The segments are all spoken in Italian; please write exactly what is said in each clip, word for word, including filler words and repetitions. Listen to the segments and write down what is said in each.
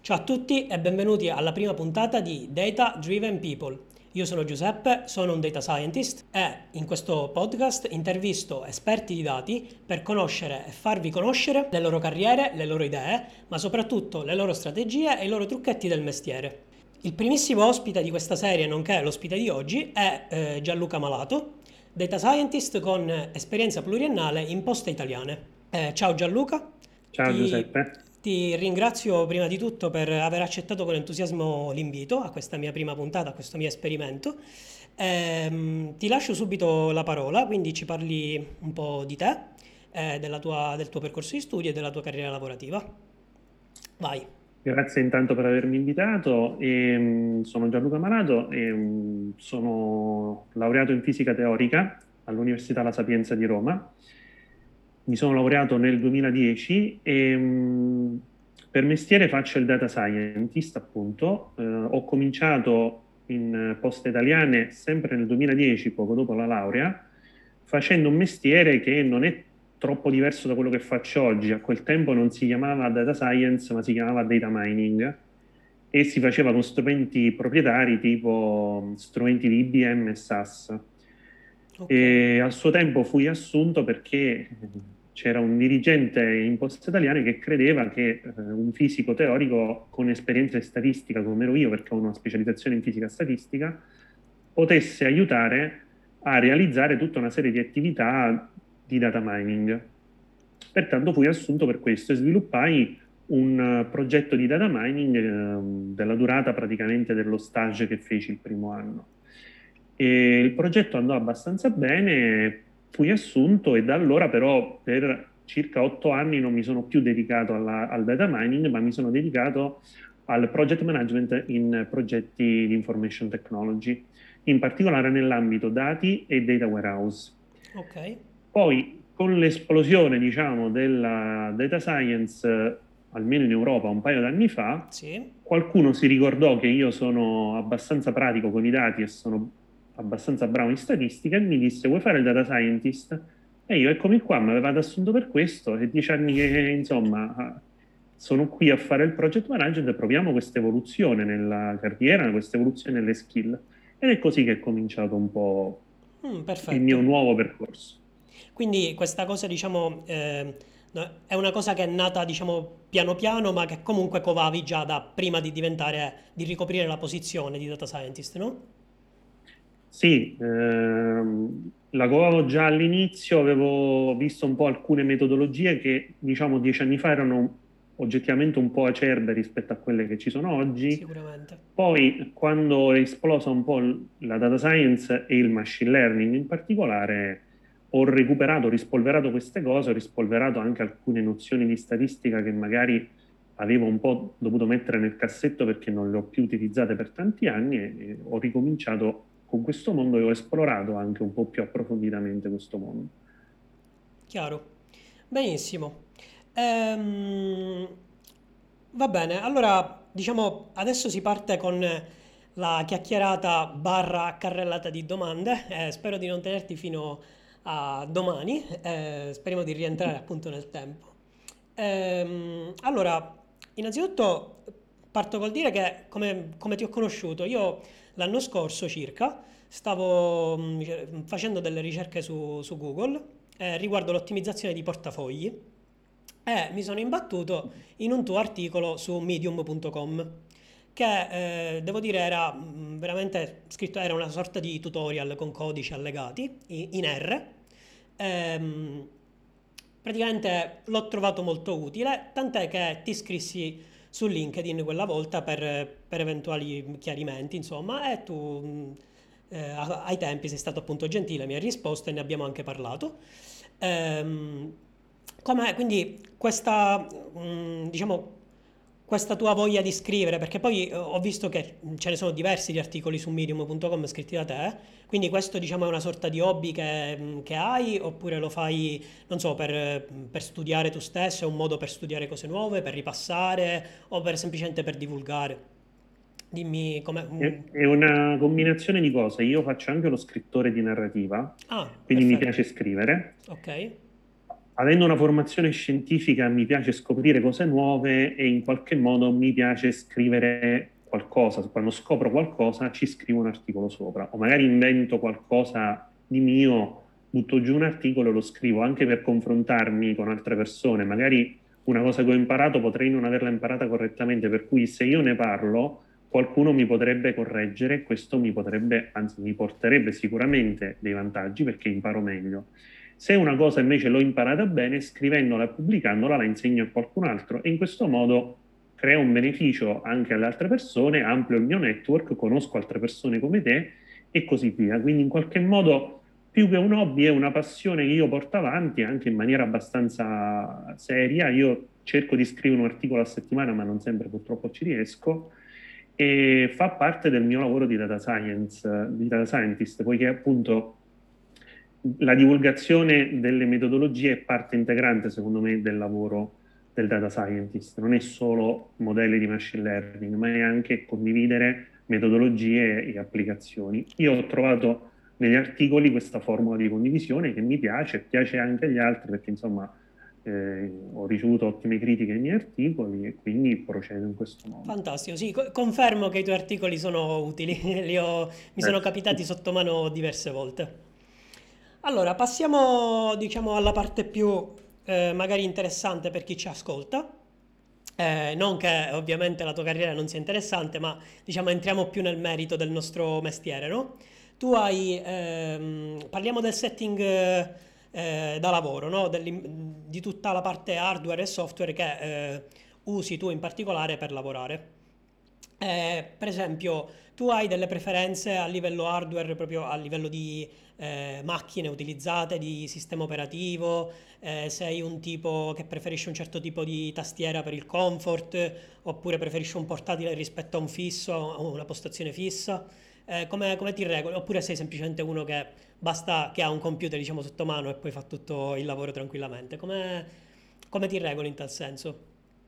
Ciao a tutti e benvenuti alla prima puntata di Data Driven People. Io sono Giuseppe, sono un data scientist e in questo podcast intervisto esperti di dati per conoscere e farvi conoscere le loro carriere, le loro idee, ma soprattutto le loro strategie e i loro trucchetti del mestiere. Il primissimo ospite di questa serie, nonché l'ospite di oggi, è eh, Gianluca Malato, data scientist con esperienza pluriennale in poste italiane. Eh, ciao Gianluca, Ciao ti, Giuseppe. ti ringrazio prima di tutto per aver accettato con entusiasmo l'invito a questa mia prima puntata, a questo mio esperimento. Ehm, ti lascio subito la parola, quindi ci parli un po' di te, eh, della tua- del tuo percorso di studi e della tua carriera lavorativa. Vai. Grazie intanto per avermi invitato. E, mh, sono Gianluca Marato e mh, sono laureato in fisica teorica all'Università La Sapienza di Roma. Mi sono laureato nel duemiladieci e mh, per mestiere faccio il data scientist, appunto. Eh, ho cominciato in poste italiane sempre nel duemiladieci, poco dopo la laurea, facendo un mestiere che non è troppo diverso da quello che faccio oggi. A quel tempo non si chiamava data science, ma si chiamava data mining e si faceva con strumenti proprietari tipo strumenti di I B M e SAS. Ok. E al suo tempo fui assunto perché c'era un dirigente in Poste Italiane che credeva che eh, un fisico teorico con esperienza in statistica, come ero io, perché ho una specializzazione in fisica statistica, potesse aiutare a realizzare tutta una serie di attività di data mining. Pertanto fui assunto per questo e sviluppai un eh, progetto di data mining eh, della durata praticamente dello stage che feci il primo anno. E il progetto andò abbastanza bene, fui assunto e da allora però per circa otto anni non mi sono più dedicato alla- al data mining, ma mi sono dedicato al project management in progetti di information technology, in particolare nell'ambito dati e data warehouse. Ok. Poi, con l'esplosione, diciamo, della data science, eh, almeno in Europa, un paio d'anni fa, Sì. qualcuno si ricordò che io sono abbastanza pratico con i dati e sono abbastanza bravo in statistica e mi disse: vuoi fare il data scientist? E io, eccomi qua, mi avevate assunto per questo, e dieci anni che, insomma, sono qui a fare il project management e proviamo questa evoluzione nella carriera, questa evoluzione nelle skill. Ed è così che è cominciato un po' Mm, il mio perfetto. nuovo percorso. Quindi questa cosa, diciamo, eh, no- è una cosa che è nata, diciamo, piano piano, ma che comunque covavi già da prima di diventare, di ricoprire la posizione di data scientist, no? Sì, ehm, lavoravo già all'inizio, avevo visto un po' alcune metodologie che, diciamo, dieci anni fa erano oggettivamente un po' acerbe rispetto a quelle che ci sono oggi. Sicuramente. Poi, quando è esplosa un po' l- la data science e il machine learning in particolare, ho recuperato, rispolverato queste cose, ho rispolverato anche alcune nozioni di statistica che magari avevo un po' dovuto mettere nel cassetto perché non le ho più utilizzate per tanti anni e, e ho ricominciato con questo mondo e ho esplorato anche un po' più approfonditamente questo mondo. Chiaro. Benissimo. Ehm, va bene, allora, diciamo, adesso si parte con la chiacchierata barra carrellata di domande. Eh, spero di non tenerti fino a domani. Eh, speriamo di rientrare appunto nel tempo. Ehm, allora, innanzitutto parto col dire che come, come ti ho conosciuto, io l'anno scorso circa stavo mm, facendo delle ricerche su, su Google eh, riguardo l'ottimizzazione di portafogli e mi sono imbattuto in un tuo articolo su medium punto com che eh, devo dire era mm, veramente scritto, era una sorta di tutorial con codici allegati in, in R. Ehm, praticamente l'ho trovato molto utile, tant'è che ti iscrissi su LinkedIn quella volta per, per eventuali chiarimenti, insomma, e tu mh, eh, a- ai tempi sei stato appunto gentile, mi hai risposto e ne abbiamo anche parlato. Ehm, come, quindi questa, mh, diciamo, questa tua voglia di scrivere, perché poi eh, ho visto che ce ne sono diversi di articoli su medium punto com scritti da te, quindi questo diciamo è una sorta di hobby che, mh, che hai, oppure lo fai, non so, per, per studiare tu stesso, è un modo per studiare cose nuove, per ripassare, o per semplicemente per divulgare. Dimmi come... È, è una combinazione di cose. Io faccio anche lo scrittore di narrativa, Ah, quindi mi perfetto. piace scrivere. Ok. avendo una formazione scientifica mi piace scoprire cose nuove e in qualche modo mi piace scrivere qualcosa. Quando scopro qualcosa ci scrivo un articolo sopra, o magari invento qualcosa di mio, butto giù un articolo e lo scrivo anche per confrontarmi con altre persone. Magari una cosa che ho imparato potrei non averla imparata correttamente, per cui se io ne parlo, qualcuno mi potrebbe correggere e questo mi potrebbe, anzi mi porterebbe sicuramente dei vantaggi perché imparo meglio. Se una cosa invece l'ho imparata bene, scrivendola e pubblicandola la insegno a qualcun altro e in questo modo creo un beneficio anche alle altre persone, amplio il mio network, conosco altre persone come te e così via. Quindi in qualche modo più che un hobby è una passione che io porto avanti anche in maniera abbastanza seria. Io cerco di scrivere un articolo a settimana, ma non sempre purtroppo ci riesco, e fa parte del mio lavoro di data science, di data scientist, poiché appunto la divulgazione delle metodologie è parte integrante, secondo me, del lavoro del data scientist. Non è solo modelli di machine learning, ma è anche condividere metodologie e applicazioni. Io ho trovato negli articoli questa formula di condivisione che mi piace, piace anche agli altri perché insomma eh, ho ricevuto ottime critiche ai miei articoli e quindi procedo in questo modo. Fantastico, sì, co- confermo che i tuoi articoli sono utili, li ho- mi sono Grazie. capitati sotto mano diverse volte. Allora, passiamo, diciamo, alla parte più eh, magari interessante per chi ci ascolta. Eh, non che ovviamente la tua carriera non sia interessante, ma diciamo entriamo più nel merito del nostro mestiere, no? Tu hai, ehm, parliamo del setting eh, eh, da lavoro, no? Dell'im- di tutta la parte hardware e software che eh, usi tu in particolare per lavorare. Eh, per esempio, tu hai delle preferenze a livello hardware, proprio a livello di eh, macchine utilizzate, di sistema operativo, eh, sei un tipo che preferisce un certo tipo di tastiera per il comfort, oppure preferisce un portatile rispetto a un fisso, o una postazione fissa. Eh, come, come ti regoli? Oppure sei semplicemente uno che basta che ha un computer, diciamo, sotto mano e poi fa tutto il lavoro tranquillamente. Come, come ti regoli in tal senso?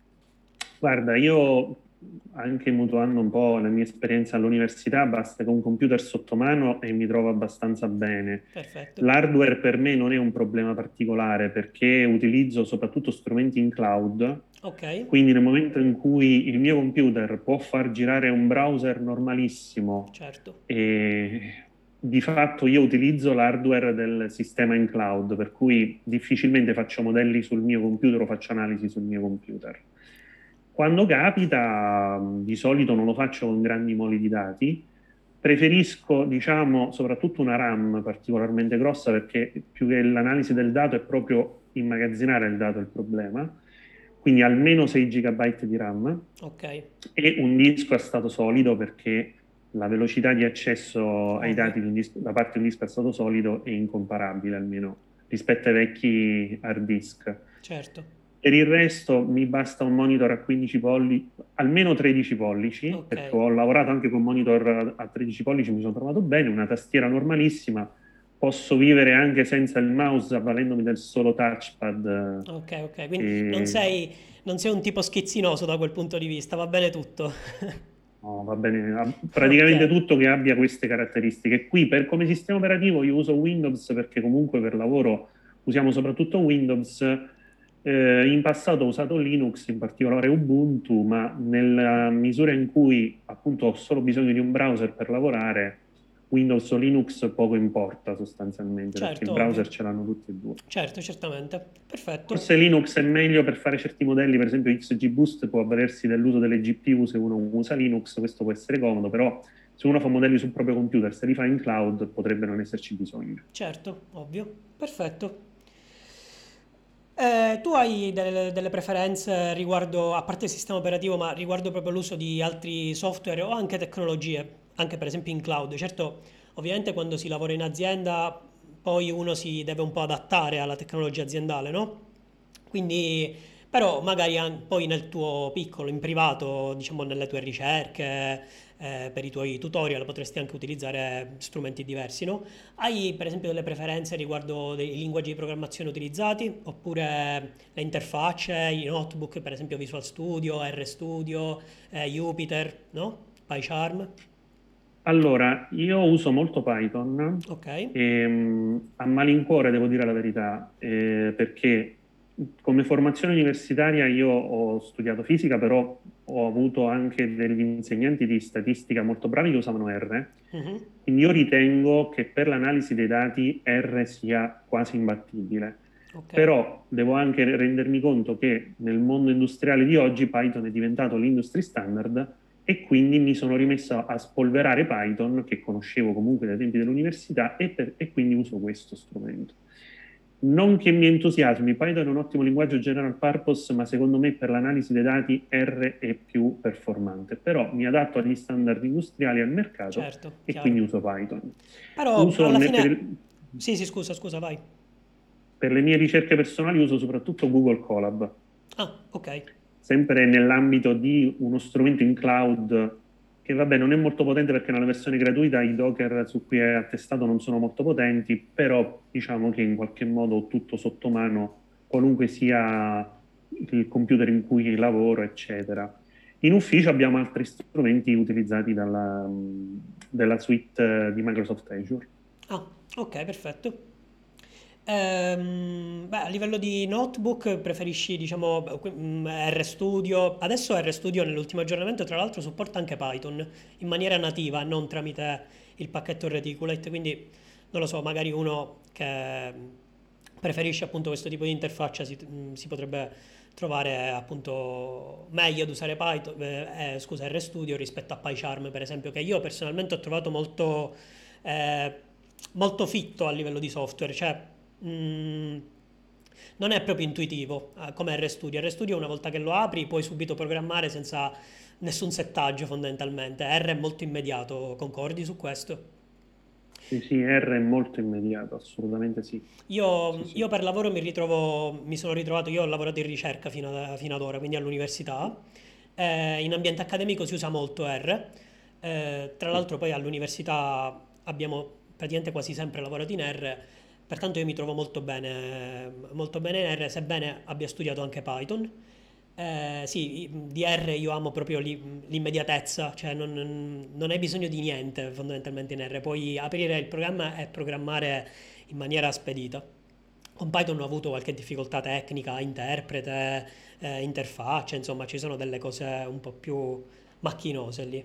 Guarda, io anche mutuando un po' la mia esperienza all'università, basta che ho un computer sotto mano e mi trovo abbastanza bene. Perfetto. L'hardware per me non è un problema particolare perché utilizzo soprattutto strumenti in cloud, Ok, quindi nel momento in cui il mio computer può far girare un browser normalissimo certo. e di fatto io utilizzo l'hardware del sistema in cloud, per cui difficilmente faccio modelli sul mio computer o faccio analisi sul mio computer. Quando capita, mh, di solito non lo faccio con grandi moli di dati, preferisco, diciamo, soprattutto una RAM particolarmente grossa perché più che l'analisi del dato è proprio immagazzinare il dato il problema, quindi almeno sei giga di RAM Ok, e un disco a stato solido perché la velocità di accesso ai ovvio, dati di un disco- da parte di un disco a stato solido è incomparabile, almeno rispetto ai vecchi hard disk. certo. Per il resto mi basta un monitor a quindici pollici, almeno tredici pollici, Ok, perché ho lavorato anche con monitor a tredici pollici, mi sono trovato bene, una tastiera normalissima, posso vivere anche senza il mouse avvalendomi del solo touchpad. ok, ok. Quindi non eh, e sei, non sei un tipo schizzinoso da quel punto di vista, va bene tutto. No, va bene, ha Ok, praticamente tutto che abbia queste caratteristiche. Qui per come sistema operativo io uso Windows perché comunque per lavoro usiamo soprattutto Windows. Eh, in passato ho usato Linux, in particolare Ubuntu, ma nella misura in cui appunto ho solo bisogno di un browser per lavorare, Windows o Linux poco importa sostanzialmente perché il certo, ovvio. browser ce l'hanno tutti e due. Certo, certamente. Perfetto. Forse Linux è meglio per fare certi modelli, per esempio XGBoost può avvalersi dell'uso delle G P U se uno usa Linux, questo può essere comodo, però se uno fa modelli sul proprio computer, se li fa in cloud, potrebbe non esserci bisogno. Certo, ovvio. Perfetto. Eh, tu hai delle, delle preferenze riguardo, a parte il sistema operativo, ma riguardo proprio l'uso di altri software o anche tecnologie, anche per esempio in cloud. Certo, ovviamente quando si lavora in azienda, poi uno si deve un po' adattare alla tecnologia aziendale, no? Quindi, però magari an- poi nel tuo piccolo, in privato, diciamo nelle tue ricerche, eh, per i tuoi tutorial potresti anche utilizzare strumenti diversi, no? Hai per esempio delle preferenze riguardo dei linguaggi di programmazione utilizzati, oppure le interfacce, i notebook, per esempio Visual Studio, RStudio, eh, Jupyter, no? PyCharm. Allora, io uso molto Python Ok, e mh, a malincuore devo dire la verità, eh, perché come formazione universitaria io ho studiato fisica, però ho avuto anche degli insegnanti di statistica molto bravi che usavano R. Mhm. Quindi io ritengo che per l'analisi dei dati R sia quasi imbattibile. Ok, Però devo anche rendermi conto che nel mondo industriale di oggi Python è diventato l'industry standard e quindi mi sono rimesso a spolverare Python, che conoscevo comunque dai tempi dell'università, e, per- e quindi uso questo strumento. Non che mi entusiasmi, Python è un ottimo linguaggio general purpose, ma secondo me per l'analisi dei dati R è più performante, però mi adatto agli standard industriali e al mercato certo, e quindi chiaro. uso Python. Però Uso alla ne- per, fine... il- Sì, sì, scusa, scusa, vai. per le mie ricerche personali uso soprattutto Google Colab, Ah, ok, sempre nell'ambito di uno strumento in cloud che, vabbè, non è molto potente perché nella versione gratuita i Docker su cui è attestato non sono molto potenti, però diciamo che in qualche modo ho tutto sotto mano, qualunque sia il computer in cui lavoro, eccetera. In ufficio abbiamo altri strumenti utilizzati dalla, dalla suite eh, di Microsoft Azure. ah, ok, perfetto. Ehm, beh, a livello di notebook preferisci, diciamo, que- mm, RStudio. Adesso RStudio nell'ultimo aggiornamento, tra l'altro, supporta anche Python in maniera nativa, non tramite il pacchetto Reticulate. Quindi, non lo so, magari uno che preferisce appunto questo tipo di interfaccia si, mm, si potrebbe trovare appunto meglio ad usare Python, eh, eh, scusa, RStudio rispetto a PyCharm, per esempio, che io personalmente ho trovato molto eh, molto fitto a livello di software, cioè mh, non è proprio intuitivo eh, come RStudio. RStudio una volta che lo apri puoi subito programmare senza nessun settaggio fondamentalmente. R è molto immediato, concordi su questo? Sì, sì, R è molto immediato, assolutamente sì. Sì, Io, io sì. per lavoro mi ritrovo, mi sono ritrovato, io ho lavorato in ricerca fino ad, fino ad ora, quindi all'università. Eh, in ambiente accademico si usa molto R. Eh, tra Sì. l'altro poi all'università abbiamo praticamente quasi sempre lavorato in R, pertanto io mi trovo molto bene, molto bene in R, sebbene abbia studiato anche Python. Eh, sì, di R io amo proprio l'i- l'immediatezza, cioè non, non- non hai bisogno di niente fondamentalmente in R, puoi aprire il programma e programmare in maniera spedita. Con Python ho avuto qualche difficoltà tecnica, interprete, eh, interfaccia, insomma ci sono delle cose un po' più macchinose lì.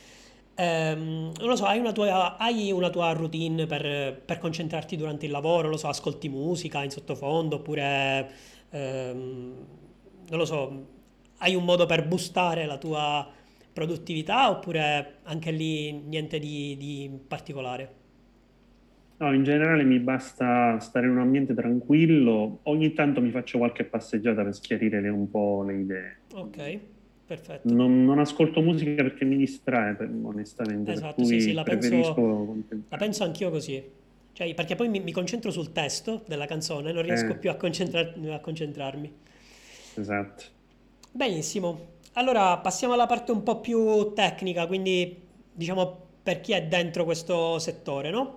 Ehm, non lo so, hai una tua, hai una tua routine per, per concentrarti durante il lavoro? Non lo so, ascolti musica in sottofondo oppure, ehm, non lo so, hai un modo per boostare la tua produttività oppure anche lì niente di, di particolare? No, in generale mi basta stare in un ambiente tranquillo, ogni tanto mi faccio qualche passeggiata per schiarire le- un po' le idee. Ok, perfetto. Non, non ascolto musica perché mi distrae, per- onestamente, per Esatto, sì, sì, cui la preferisco penso, la penso concentrarmi. anch'io così. Cioè, perché poi mi, mi concentro sul testo della canzone, non riesco Eh, più a, concentrar- a concentrarmi. esatto. Benissimo. Allora passiamo alla parte un po' più tecnica, quindi diciamo per chi è dentro questo settore, no?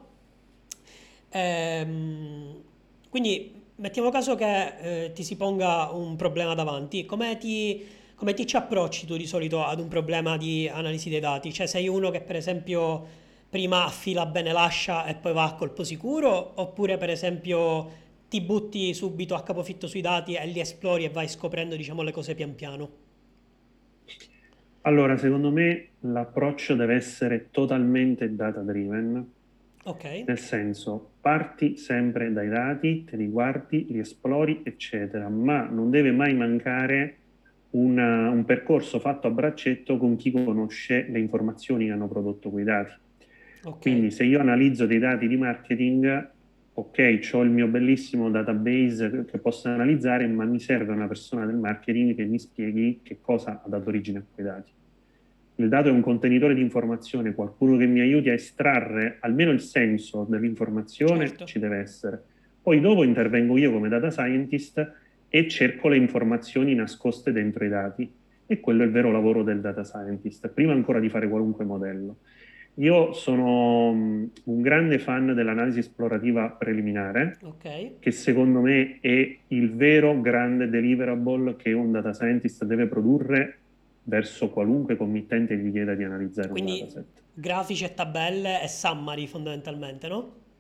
Ehm, quindi mettiamo caso che eh, ti si ponga un problema davanti, come ti, come ti ci approcci tu di solito ad un problema di analisi dei dati? Cioè sei uno che per esempio prima affila bene l'ascia e poi va a colpo sicuro, oppure per esempio ti butti subito a capofitto sui dati e li esplori e vai scoprendo diciamo le cose pian piano? Allora, secondo me l'approccio deve essere totalmente data-driven, Ok, nel senso, parti sempre dai dati, te li guardi, li esplori, eccetera, ma non deve mai mancare una- un percorso fatto a braccetto con chi conosce le informazioni che hanno prodotto quei dati. ok. Quindi se io analizzo dei dati di marketing, ok, ho il mio bellissimo database che posso analizzare, ma mi serve una persona del marketing che mi spieghi che cosa ha dato origine a quei dati. Il dato è un contenitore di informazione, qualcuno che mi aiuti a estrarre almeno il senso dell'informazione Certo. ci deve essere. Poi dopo intervengo io come data scientist e cerco le informazioni nascoste dentro i dati. E quello è il vero lavoro del data scientist, prima ancora di fare qualunque modello. Io sono mh, un grande fan dell'analisi esplorativa preliminare, Ok. che secondo me è il vero grande deliverable che un data scientist deve produrre verso qualunque committente gli chieda di analizzare un Quindi dataset. grafici e tabelle e summary fondamentalmente, no?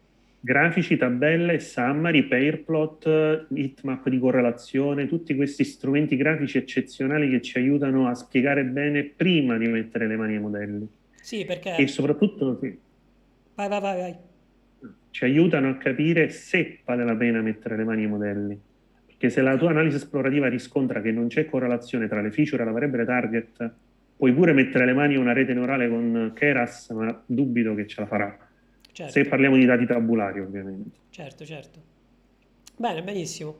Grafici, tabelle, summary, pairplot, heatmap di correlazione, tutti questi strumenti grafici eccezionali che ci aiutano a spiegare bene prima di mettere le mani ai modelli Sì, e perché... soprattutto sì, Vai, vai, vai, vai. ci aiutano a capire se vale la pena mettere le mani ai modelli. Perché se Ok, la tua analisi esplorativa riscontra che non c'è correlazione tra le feature e la variabile target, puoi pure mettere le mani a una rete neurale con Keras, ma dubito che ce la farà. Se certo, parliamo di dati tabulari, ovviamente. certo, certo. Bene, benissimo.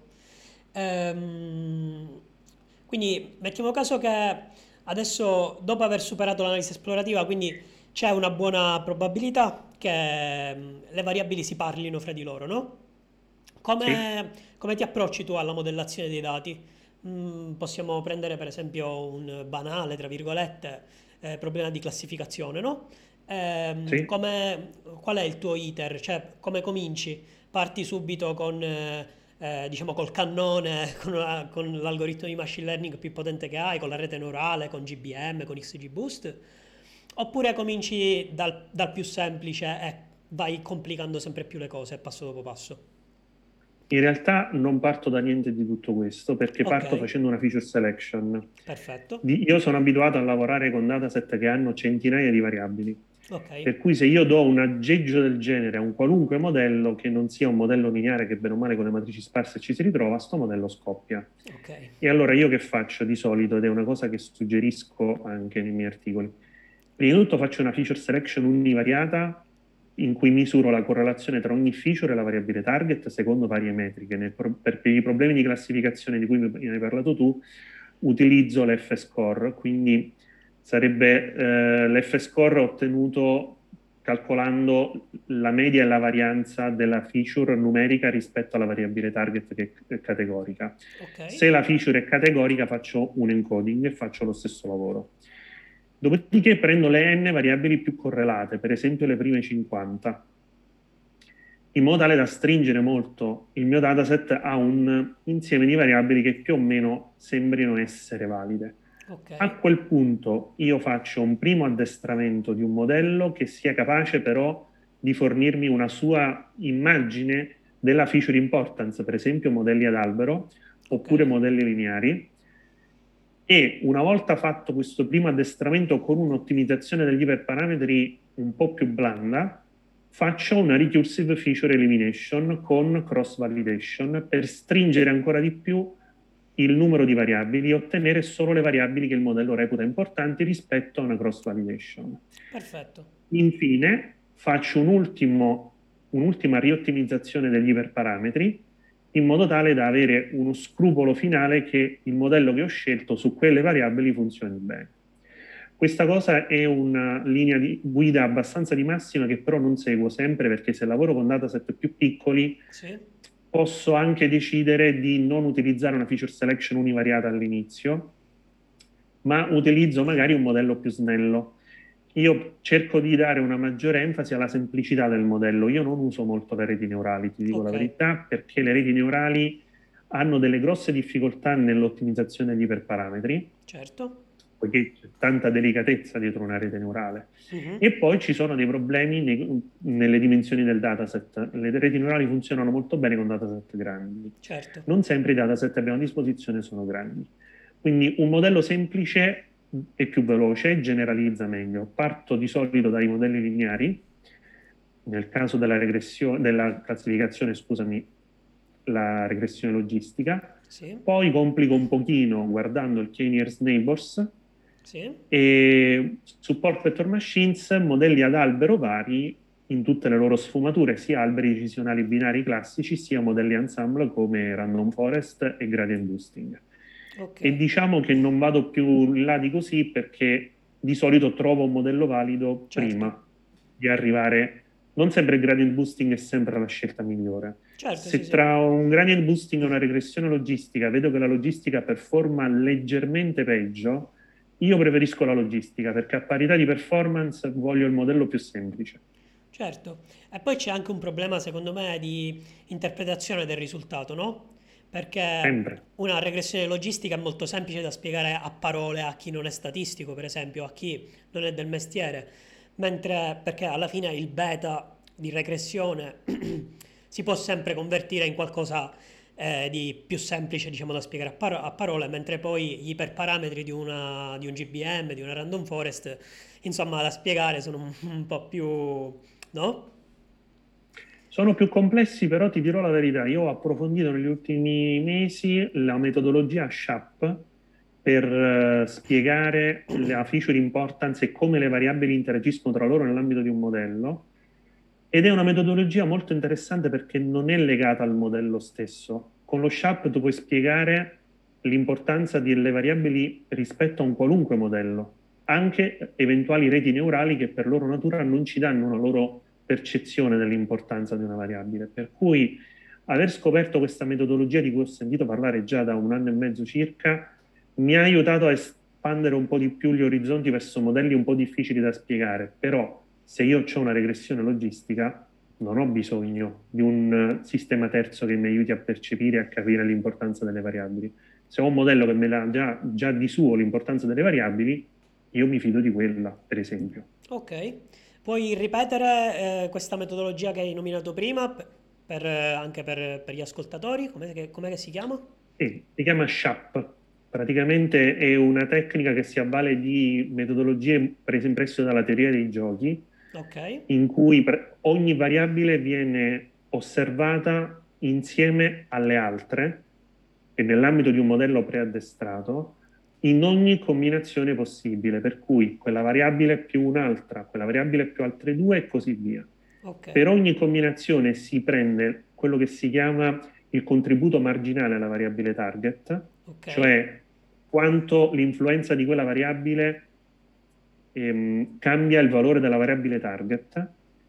Ehm, quindi mettiamo caso che adesso, dopo aver superato l'analisi esplorativa, quindi c'è una buona probabilità che mm, le variabili si parlino fra di loro, no? Sì? Come, come ti approcci tu alla modellazione dei dati? Mm, possiamo prendere per esempio un banale, tra virgolette, eh, problema di classificazione, no? Ehm, Sì? come- qual è il tuo iter? Cioè, come cominci? Parti subito con, eh, eh, diciamo, col cannone, con, una- con l'algoritmo di machine learning più potente che hai, con la rete neurale, con G B M, con XGBoost? Oppure cominci dal, dal più semplice e vai complicando sempre più le cose passo dopo passo? In realtà non parto da niente di tutto questo perché Ok, parto facendo una feature selection. perfetto. Di- io sono abituato a lavorare con dataset che hanno centinaia di variabili, Ok, per cui se io do un aggeggio del genere a un qualunque modello che non sia un modello lineare che bene o male con le matrici sparse ci si ritrova, sto modello scoppia. ok, E allora io che faccio di solito, ed è una cosa che suggerisco anche nei miei articoli, prima di tutto faccio una feature selection univariata in cui misuro la correlazione tra ogni feature e la variabile target secondo varie metriche. Nel pro- per, per i problemi di classificazione di cui mi hai parlato tu, utilizzo l'F-score, quindi sarebbe eh, l'F-score ottenuto calcolando la media e la varianza della feature numerica rispetto alla variabile target che è categorica. ok, Se la feature è categorica, faccio un encoding e faccio lo stesso lavoro. Dopodiché prendo le n variabili più correlate, per esempio le prime cinquanta, in modo tale da stringere molto il mio dataset a un insieme di variabili che più o meno sembrino essere valide. ok, A quel punto io faccio un primo addestramento di un modello che sia capace però di fornirmi una sua immagine della feature importance, per esempio modelli ad albero ok, oppure modelli lineari. E una volta fatto questo primo addestramento con un'ottimizzazione degli iperparametri un po' più blanda, faccio una recursive feature elimination con cross validation per stringere ancora di più il numero di variabili e ottenere solo le variabili che il modello reputa importanti rispetto a una cross validation. perfetto. Infine, faccio un ultimo, un'ultima riottimizzazione degli iperparametri in modo tale da avere uno scrupolo finale che il modello che ho scelto su quelle variabili funzioni bene. Questa cosa è una linea di guida abbastanza di massima che però non seguo sempre perché se lavoro con dataset più piccoli Sì, posso anche decidere di non utilizzare una feature selection univariata all'inizio, ma utilizzo magari un modello più snello. Io cerco di dare una maggiore enfasi alla semplicità del modello. Io non uso molto le reti neurali, ti dico la ok, verità, perché le reti neurali hanno delle grosse difficoltà nell'ottimizzazione degli iperparametri, certo. poiché c'è tanta delicatezza dietro una rete neurale. Mhm, E poi ci sono dei problemi nei- nelle dimensioni del dataset. Le reti neurali funzionano molto bene con dataset grandi. certo. Non sempre i dataset che abbiamo a disposizione sono grandi. Quindi un modello semplice è più veloce, generalizza meglio. Parto di solito dai modelli lineari, nel caso della regressione, della classificazione, scusami, la regressione logistica, Sì, poi complico un pochino guardando il K-nearest neighbors sì, e su Port Vector Machines modelli ad albero vari in tutte le loro sfumature, sia alberi decisionali binari classici, sia modelli ensemble come Random Forest e Gradient Boosting. ok, E diciamo che non vado più in là di così perché di solito trovo un modello valido certo, prima di arrivare. Non sempre il gradient boosting è sempre la scelta migliore. certo, sì, Se sì. tra un gradient boosting e una regressione logistica vedo che la logistica performa leggermente peggio, io preferisco la logistica perché a parità di performance voglio il modello più semplice. Certo, e poi c'è anche un problema secondo me di interpretazione del risultato, no? Perché Sempre. una regressione logistica è molto semplice da spiegare a parole a chi non è statistico, per esempio, a chi non è del mestiere, mentre perché alla fine il beta di regressione si può sempre convertire in qualcosa eh, di più semplice, diciamo, da spiegare a, paro- a parole, mentre poi gli iperparametri di, una, di un G B M, di una random forest, insomma, da spiegare sono un, un po' più, no? Sono più complessi, però ti dirò la verità, io ho approfondito negli ultimi mesi la metodologia SHAP per eh, spiegare la feature importance e come le variabili interagiscono tra loro nell'ambito di un modello. Ed è una metodologia molto interessante perché non è legata al modello stesso. Con lo SHAP tu puoi spiegare l'importanza delle variabili rispetto a un qualunque modello, anche eventuali reti neurali che per loro natura non ci danno una loro percezione dell'importanza di una variabile. Per cui aver scoperto questa metodologia di cui ho sentito parlare già da un anno e mezzo circa mi ha aiutato a espandere un po' di più gli orizzonti verso modelli un po' difficili da spiegare, però se io ho una regressione logistica non ho bisogno di un sistema terzo che mi aiuti a percepire e a capire l'importanza delle variabili. Se ho un modello che me la già, già di suo l'importanza delle variabili, io mi fido di quella, per esempio. Ok. Puoi ripetere eh, questa metodologia che hai nominato prima per, per, eh, anche per, per gli ascoltatori? Com'è che, com'è che si chiama? Sì, si chiama SHAP. Praticamente è una tecnica che si avvale di metodologie prese in prestito dalla teoria dei giochi, Ok, in cui pre- ogni variabile viene osservata insieme alle altre e nell'ambito di un modello preaddestrato in ogni combinazione possibile, per cui quella variabile più un'altra, quella variabile più altre due e così via. ok, Per ogni combinazione si prende quello che si chiama il contributo marginale alla variabile target, ok, cioè quanto l'influenza di quella variabile ehm, cambia il valore della variabile target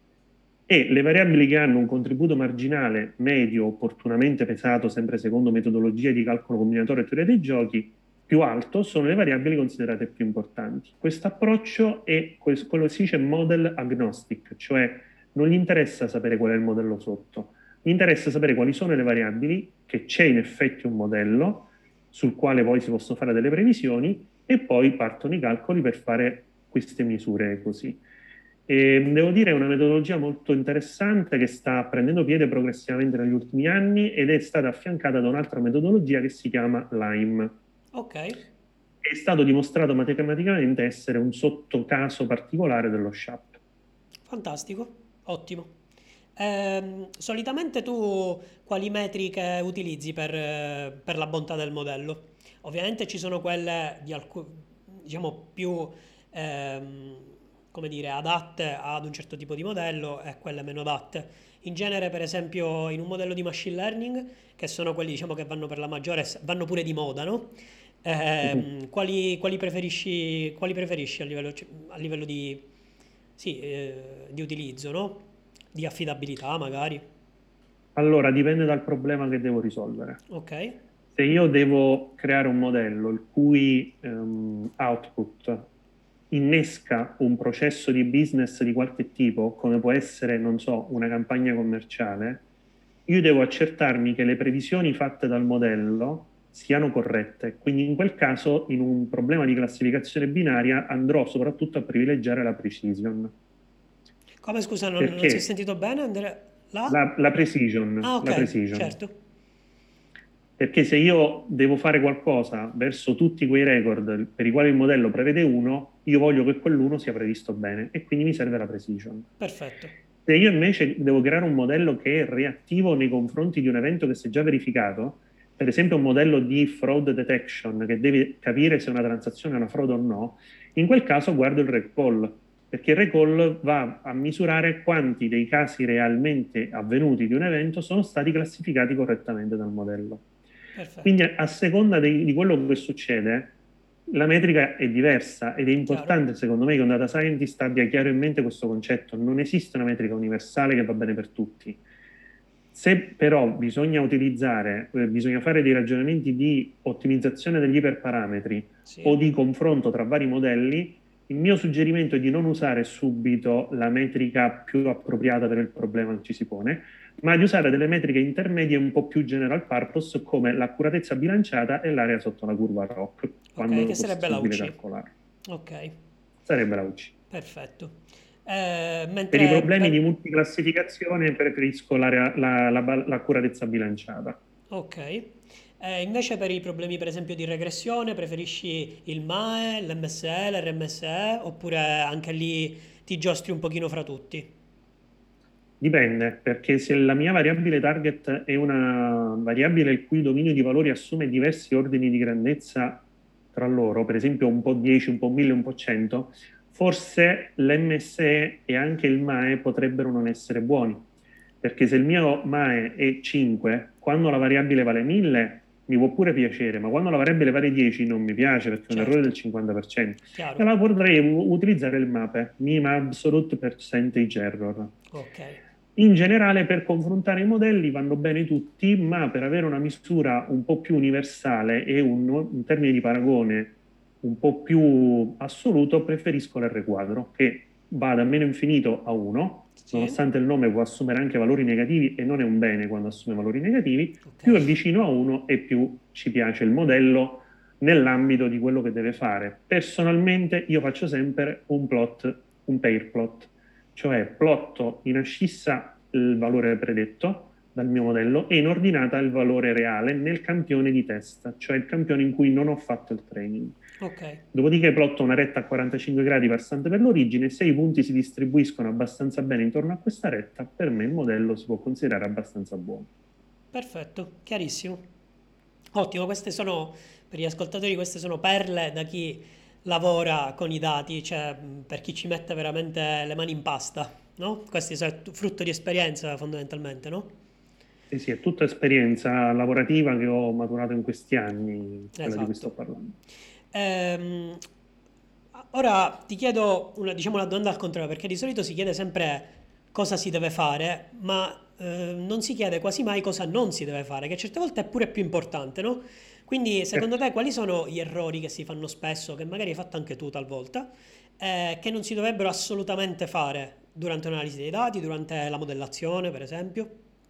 e le variabili che hanno un contributo marginale medio opportunamente pesato, sempre secondo metodologie di calcolo combinatorio e teoria dei giochi, più alto sono le variabili considerate più importanti. Questo approccio è quello che si dice model agnostic, cioè non gli interessa sapere qual è il modello sotto, gli interessa sapere quali sono le variabili, che c'è in effetti un modello sul quale poi si possono fare delle previsioni e poi partono i calcoli per fare queste misure così. E devo dire è una metodologia molto interessante che sta prendendo piede progressivamente negli ultimi anni ed è stata affiancata da un'altra metodologia che si chiama LIME. ok, È stato dimostrato matematicamente essere un sottocaso particolare dello SHAP. fantastico, ottimo. Ehm, solitamente tu quali metriche utilizzi per, eh, per la bontà del modello? Ovviamente ci sono quelle di alcu- diciamo più ehm, come dire, adatte ad un certo tipo di modello e quelle meno adatte. In genere, per esempio, in un modello di machine learning, che sono quelli diciamo che vanno per la maggiore, vanno pure di moda, no? Ehm, quali, quali preferisci, quali preferisci a livello, a livello di, sì, eh, di utilizzo, no? Di affidabilità magari. Allora, dipende dal problema che devo risolvere. Ok, Se io devo creare un modello il cui ehm, output innesca un processo di business di qualche tipo, come può essere, non so, una campagna commerciale, io devo accertarmi che le previsioni fatte dal modello siano corrette. Quindi in quel caso, in un problema di classificazione binaria, andrò soprattutto a privilegiare la precision. come scusa, non, non si è Perché sentito bene? Andrea? Là? la, la precision, Ah, la ok, precision. certo, Perché se io devo fare qualcosa verso tutti quei record per i quali il modello prevede uno, io voglio che quell'uno sia previsto bene e quindi mi serve la precision. perfetto. Se io invece devo creare un modello che è reattivo nei confronti di un evento che si è già verificato, per esempio un modello di fraud detection che deve capire se una transazione è una frode o no, in quel caso guardo il recall, perché il recall va a misurare quanti dei casi realmente avvenuti di un evento sono stati classificati correttamente dal modello. Quindi Perfetto, a seconda di, di quello che succede, la metrica è diversa ed è chiaro. importante, secondo me, che un data scientist abbia chiaro in mente questo concetto. Non esiste una metrica universale che va bene per tutti. Se però bisogna utilizzare, eh, bisogna fare dei ragionamenti di ottimizzazione degli iperparametri o Sì, di confronto tra vari modelli, il mio suggerimento è di non usare subito la metrica più appropriata per il problema che ci si pone, ma di usare delle metriche intermedie un po' più general purpose come l'accuratezza bilanciata e l'area sotto la curva R O C, ok, quando che è sarebbe la possibile U C. calcolare. Ok, Sarebbe la U C. perfetto. Eh, Per i mentre problemi di per... multiclassificazione preferisco la- la- la- la- l'accuratezza bilanciata. Ok. Eh, invece per i problemi per esempio di regressione preferisci il M A E, l'M S E, l'R M S E oppure anche lì ti giostri un pochino fra tutti? Dipende, perché se la mia variabile target è una variabile il cui dominio di valori assume diversi ordini di grandezza tra loro, per esempio un po' dieci, un po' mille, un po' cento, forse l'M S E e anche il M A E potrebbero non essere buoni, perché se il mio M A E è cinque, quando la variabile vale mille mi può pure piacere, ma quando la variabile vale dieci non mi piace perché è un errore Certo, del cinquanta per cento. E chiaro. allora potrei u- utilizzare il MAPE, Mean Absolute Percentage Error. Ok, In generale, per confrontare i modelli vanno bene tutti, ma per avere una misura un po' più universale e un, un termine di paragone un po' più assoluto, preferisco l'R quadro, che va da meno infinito a uno, sì, nonostante il nome può assumere anche valori negativi e non è un bene quando assume valori negativi, ok, più è vicino a uno e più ci piace il modello nell'ambito di quello che deve fare. Personalmente io faccio sempre un plot, un pair plot, cioè plotto in ascissa il valore predetto dal mio modello e in ordinata il valore reale nel campione di test, cioè il campione in cui non ho fatto il training. ok, Dopodiché plotto una retta a quarantacinque gradi passante per l'origine, se i punti si distribuiscono abbastanza bene intorno a questa retta, per me il modello si può considerare abbastanza buono. perfetto, chiarissimo. Ottimo, queste sono, per gli ascoltatori, queste sono perle da chi lavora con i dati, cioè mh, per chi ci mette veramente le mani in pasta, no? Questi sono frutto di esperienza fondamentalmente, no? Sì, sì, è tutta esperienza lavorativa che ho maturato in questi anni, quella di cui sto Esatto. parlando. Ehm, ora ti chiedo una, diciamo, una domanda al contrario, perché di solito si chiede sempre cosa si deve fare, ma eh, non si chiede quasi mai cosa non si deve fare, che certe volte è pure più importante, no? Quindi, secondo Certo. te, quali sono gli errori che si fanno spesso, che magari hai fatto anche tu talvolta, eh, che non si dovrebbero assolutamente fare durante un'analisi dei dati, durante la modellazione, per esempio?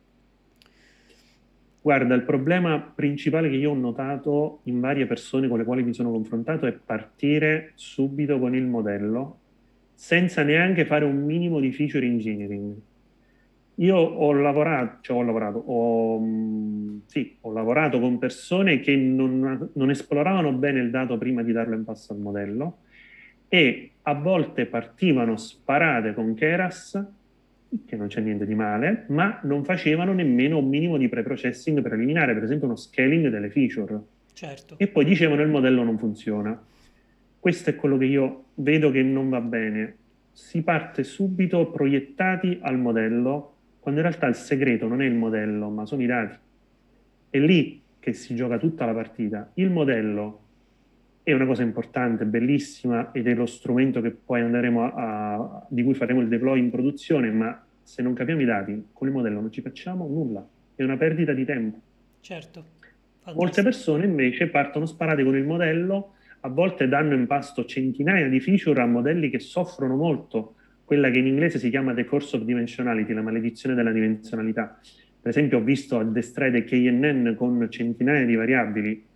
Guarda, il problema principale che io ho notato in varie persone con le quali mi sono confrontato è partire subito con il modello senza neanche fare un minimo di feature engineering. Io ho lavorato, cioè ho lavorato, ho, mh, sì, ho lavorato con persone che non, non esploravano bene il dato prima di darlo in passo al modello e a volte partivano sparate con Keras, che non c'è niente di male, ma non facevano nemmeno un minimo di pre-processing preliminare, per esempio uno scaling delle feature. Certo, E poi dicevano il modello non funziona. Questo è quello che io vedo che non va bene. Si parte subito proiettati al modello, quando in realtà il segreto non è il modello, ma sono i dati. È lì che si gioca tutta la partita. Il modello è una cosa importante, bellissima ed è lo strumento che poi andremo a, a- di cui faremo il deploy in produzione, ma se non capiamo i dati, con il modello non ci facciamo nulla. È una perdita di tempo. certo, Molte fantastico. persone invece partono sparate con il modello, a volte danno in pasto centinaia di feature a modelli che soffrono molto, quella che in inglese si chiama the curse of dimensionality, la maledizione della dimensionalità. Per esempio, ho visto addestrare dei K N N con centinaia di variabili.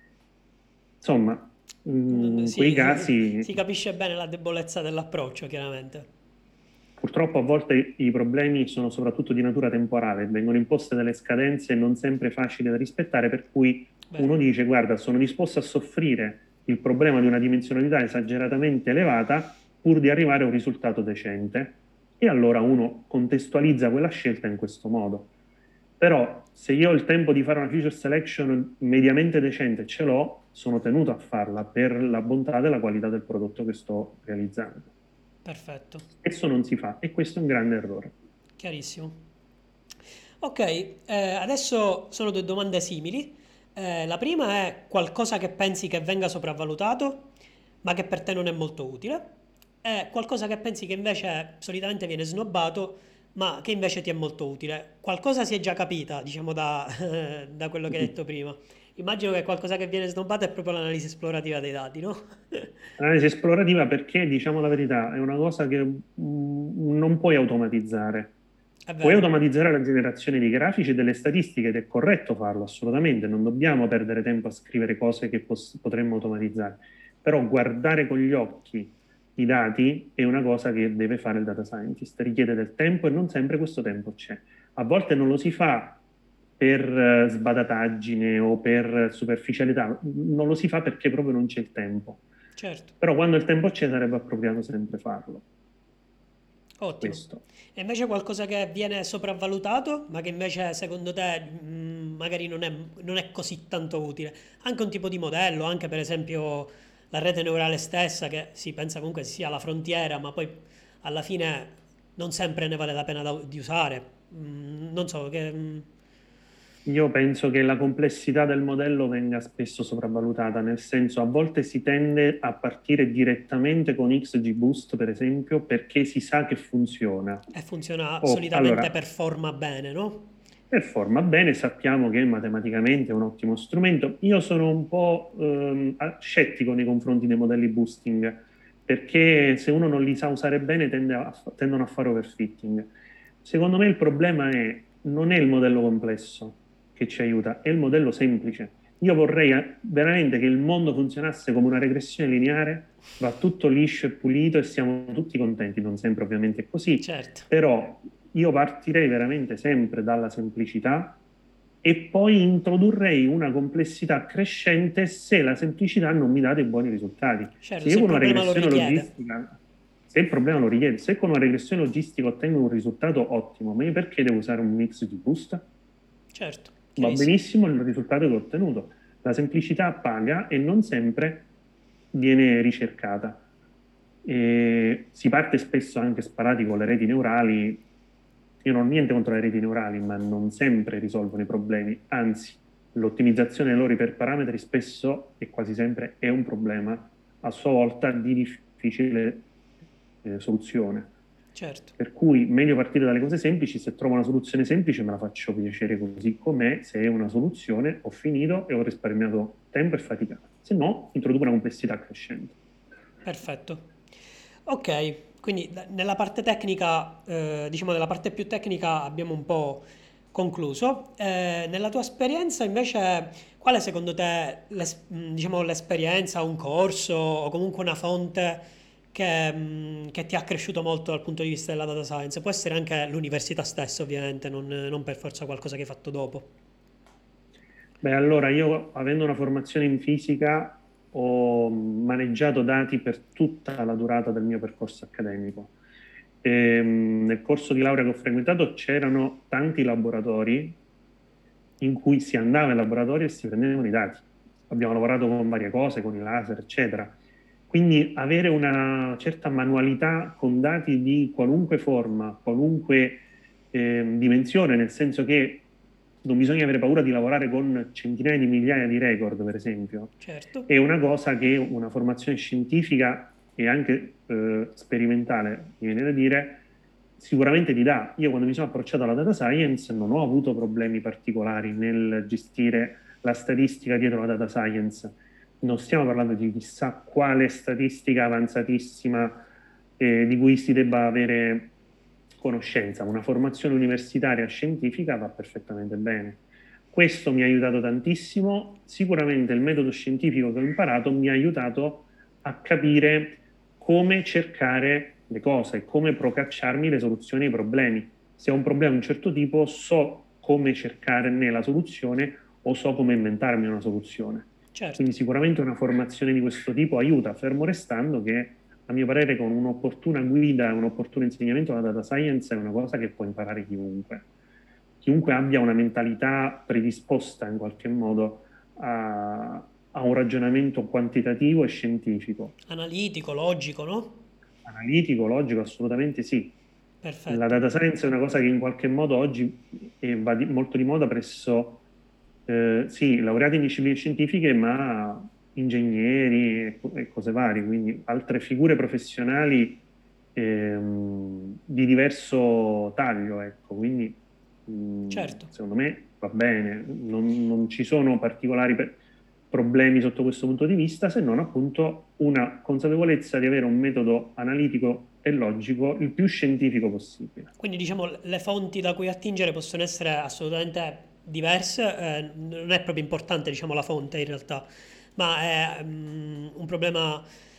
Insomma, Mm, in quei sì, casi si capisce bene la debolezza dell'approccio, chiaramente. purtroppo a volte i problemi sono soprattutto di natura temporale, vengono imposte delle scadenze non sempre facili da rispettare, per cui Vero, uno dice, guarda, sono disposto a soffrire il problema di una dimensionalità esageratamente elevata pur di arrivare a un risultato decente. E allora uno contestualizza quella scelta in questo modo. Però se io ho il tempo di fare una feature selection mediamente decente, ce l'ho, sono tenuto a farla per la bontà e la qualità del prodotto che sto realizzando. perfetto, Spesso non si fa e questo è un grande errore. chiarissimo. Ok, eh, adesso sono due domande simili. Eh, la prima è qualcosa che pensi che venga sopravvalutato, ma che per te non è molto utile, e qualcosa che pensi che invece solitamente viene snobbato, ma che invece ti è molto utile. Qualcosa si è già capita, diciamo, da, da quello che hai detto prima. Immagino che qualcosa che viene snobbato è proprio l'analisi esplorativa dei dati, no? Analisi esplorativa perché, diciamo la verità, è una cosa che mm, non puoi automatizzare. È Puoi vero, automatizzare la generazione di grafici e delle statistiche ed è corretto farlo, assolutamente, non dobbiamo perdere tempo a scrivere cose che pos- potremmo automatizzare, però guardare con gli occhi i dati è una cosa che deve fare il data scientist, richiede del tempo e non sempre questo tempo c'è. A volte non lo si fa per eh, sbadataggine o per superficialità, non lo si fa perché proprio non c'è il tempo. certo, Però quando il tempo c'è sarebbe appropriato sempre farlo. ottimo. Questo. E invece qualcosa che viene sopravvalutato, ma che invece secondo te mh, magari non è, non è così tanto utile? Anche un tipo di modello, anche per esempio la rete neurale stessa, che si pensa comunque sia la frontiera, ma poi alla fine non sempre ne vale la pena da- di usare. Mm, non so, che... mm, Io penso che la complessità del modello venga spesso sopravvalutata, nel senso a volte si tende a partire direttamente con XGBoost, per esempio, perché si sa che funziona. e funziona O, solitamente, allora, performa bene, no? performa bene, sappiamo che matematicamente è un ottimo strumento. Io sono un po' ehm, a- scettico nei confronti dei modelli boosting, perché se uno non li sa usare bene tende a- tendono a fare overfitting. Secondo me il problema è, non è il modello complesso che ci aiuta, è il modello semplice. Io vorrei eh, veramente che il mondo funzionasse come una regressione lineare, va tutto liscio e pulito e siamo tutti contenti, non sempre ovviamente è così, Certo, però io partirei veramente sempre dalla semplicità e poi introdurrei una complessità crescente se la semplicità non mi dà dei buoni risultati. certo, Se io se il con una problema lo regressione richiede. logistica, se il problema lo richiede, se con una regressione logistica ottengo un risultato ottimo, ma io perché devo usare un mix di boost? Certo, Va chiarissimo. benissimo il risultato che ho ottenuto. La semplicità paga e non sempre viene ricercata. E si parte spesso anche sparati con le reti neurali. Io non ho niente contro le reti neurali, ma non sempre risolvono i problemi. Anzi, l'ottimizzazione dei loro iperparametri spesso e quasi sempre è un problema a sua volta di difficile eh, soluzione. Certo, Per cui meglio partire dalle cose semplici, se trovo una soluzione semplice me la faccio piacere così com'è, se è una soluzione ho finito e ho risparmiato tempo e fatica, se no introduco una complessità crescente. perfetto. Ok, quindi da- nella parte tecnica, eh, diciamo nella parte più tecnica abbiamo un po' concluso. Eh, nella tua esperienza invece, qual è secondo te l'es- mh, diciamo, l'esperienza, un corso o comunque una fonte che, mh, che ti ha cresciuto molto dal punto di vista della data science? Può essere anche l'università stessa, ovviamente, non, non per forza qualcosa che hai fatto dopo. Beh, allora io avendo una formazione in fisica ho maneggiato dati per tutta la durata del mio percorso accademico. Ehm, nel corso di laurea che ho frequentato c'erano tanti laboratori in cui si andava in laboratorio e si prendevano i dati. Abbiamo lavorato con varie cose, con i laser, eccetera. Quindi avere una certa manualità con dati di qualunque forma, qualunque eh, dimensione, nel senso che non bisogna avere paura di lavorare con centinaia di migliaia di record, per esempio, Certo, è una cosa che una formazione scientifica e anche eh, sperimentale, mi viene da dire, sicuramente ti dà. Io quando mi sono approcciato alla data science non ho avuto problemi particolari nel gestire la statistica dietro la data science. Non stiamo parlando di chissà quale statistica avanzatissima eh, di cui si debba avere conoscenza. Una formazione universitaria scientifica va perfettamente bene. Questo mi ha aiutato tantissimo. Sicuramente il metodo scientifico che ho imparato mi ha aiutato a capire come cercare le cose, come procacciarmi le soluzioni ai problemi. Se ho un problema di un certo tipo, so come cercarne la soluzione o so come inventarmi una soluzione. certo. Quindi sicuramente una formazione di questo tipo aiuta, fermo restando che, a mio parere, con un'opportuna guida e un opportuno insegnamento alla data science è una cosa che può imparare chiunque. Chiunque abbia una mentalità predisposta in qualche modo a, a un ragionamento quantitativo e scientifico. Analitico, logico, no? Analitico, logico, assolutamente sì. La Perfetto. data science è una cosa che in qualche modo oggi eh, va di- molto di moda presso, eh, sì, laureati in discipline scientifiche, ma ingegneri e, co- e cose varie, quindi altre figure professionali ehm, di diverso taglio, ecco. Quindi mh, Certo. secondo me va bene, non, non ci sono particolari pe- problemi sotto questo punto di vista, se non appunto una consapevolezza di avere un metodo analitico e logico il più scientifico possibile. Quindi diciamo le fonti da cui attingere possono essere assolutamente diverse, eh, non è proprio importante diciamo la fonte in realtà, ma è mm, un problema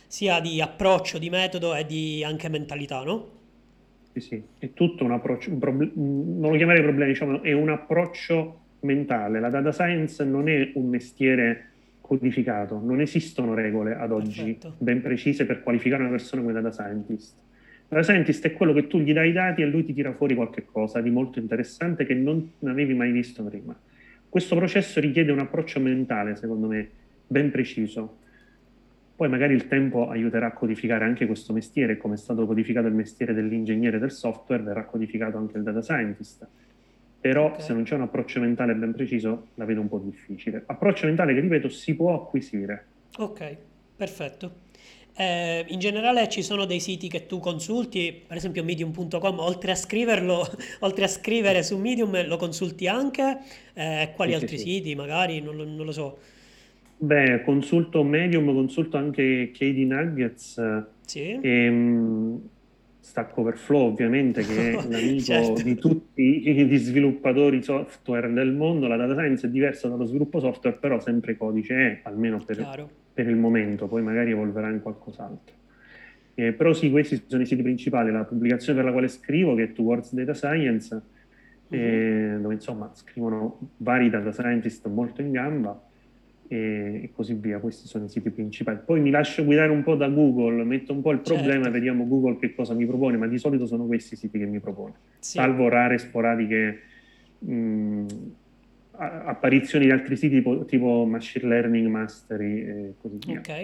sia di approccio, di metodo e di anche mentalità, no? Sì, sì, è tutto un approccio, un proble- un- non lo chiamerei problema, diciamo, è un approccio mentale. La data science non è un mestiere codificato, non esistono regole ad oggi Perfetto. ben precise per qualificare una persona come data scientist. Data scientist è quello che tu gli dai i dati e lui ti tira fuori qualche cosa di molto interessante che non avevi mai visto prima. Questo processo richiede un approccio mentale, secondo me, ben preciso. Poi magari il tempo aiuterà a codificare anche questo mestiere, come è stato codificato il mestiere dell'ingegnere del software, verrà codificato anche il data scientist. Ok, Però se non c'è un approccio mentale ben preciso, la vedo un po' difficile. Approccio mentale che, ripeto, si può acquisire. ok, perfetto. Eh, in generale ci sono dei siti che tu consulti, per esempio medium punto com, oltre a scriverlo, oltre a scrivere su Medium, lo consulti anche? Eh, quali Sì, sì, altri sì. siti magari? Non lo, non lo so. Beh, consulto Medium, consulto anche K D Nuggets Sì? eh, e mh, Stack Overflow, ovviamente, che è l'amico Certo, di tutti gli sviluppatori software del mondo. La data science è diversa dallo sviluppo software, però sempre codice è, almeno per, chiaro. per il momento, poi magari evolverà in qualcos'altro. Eh, però sì, questi sono i siti principali. La pubblicazione per la quale scrivo, che è Towards Data Science, Mhm. eh, dove insomma scrivono vari data scientist molto in gamba e, e così via. Questi sono i siti principali. Poi mi lascio guidare un po' da Google, metto un po' il problema e Certo, vediamo Google che cosa mi propone, ma di solito sono questi siti che mi propone, sì, salvo rare, sporadiche mh, a- apparizioni di altri siti tipo, tipo Machine Learning Mastery e così via. ok.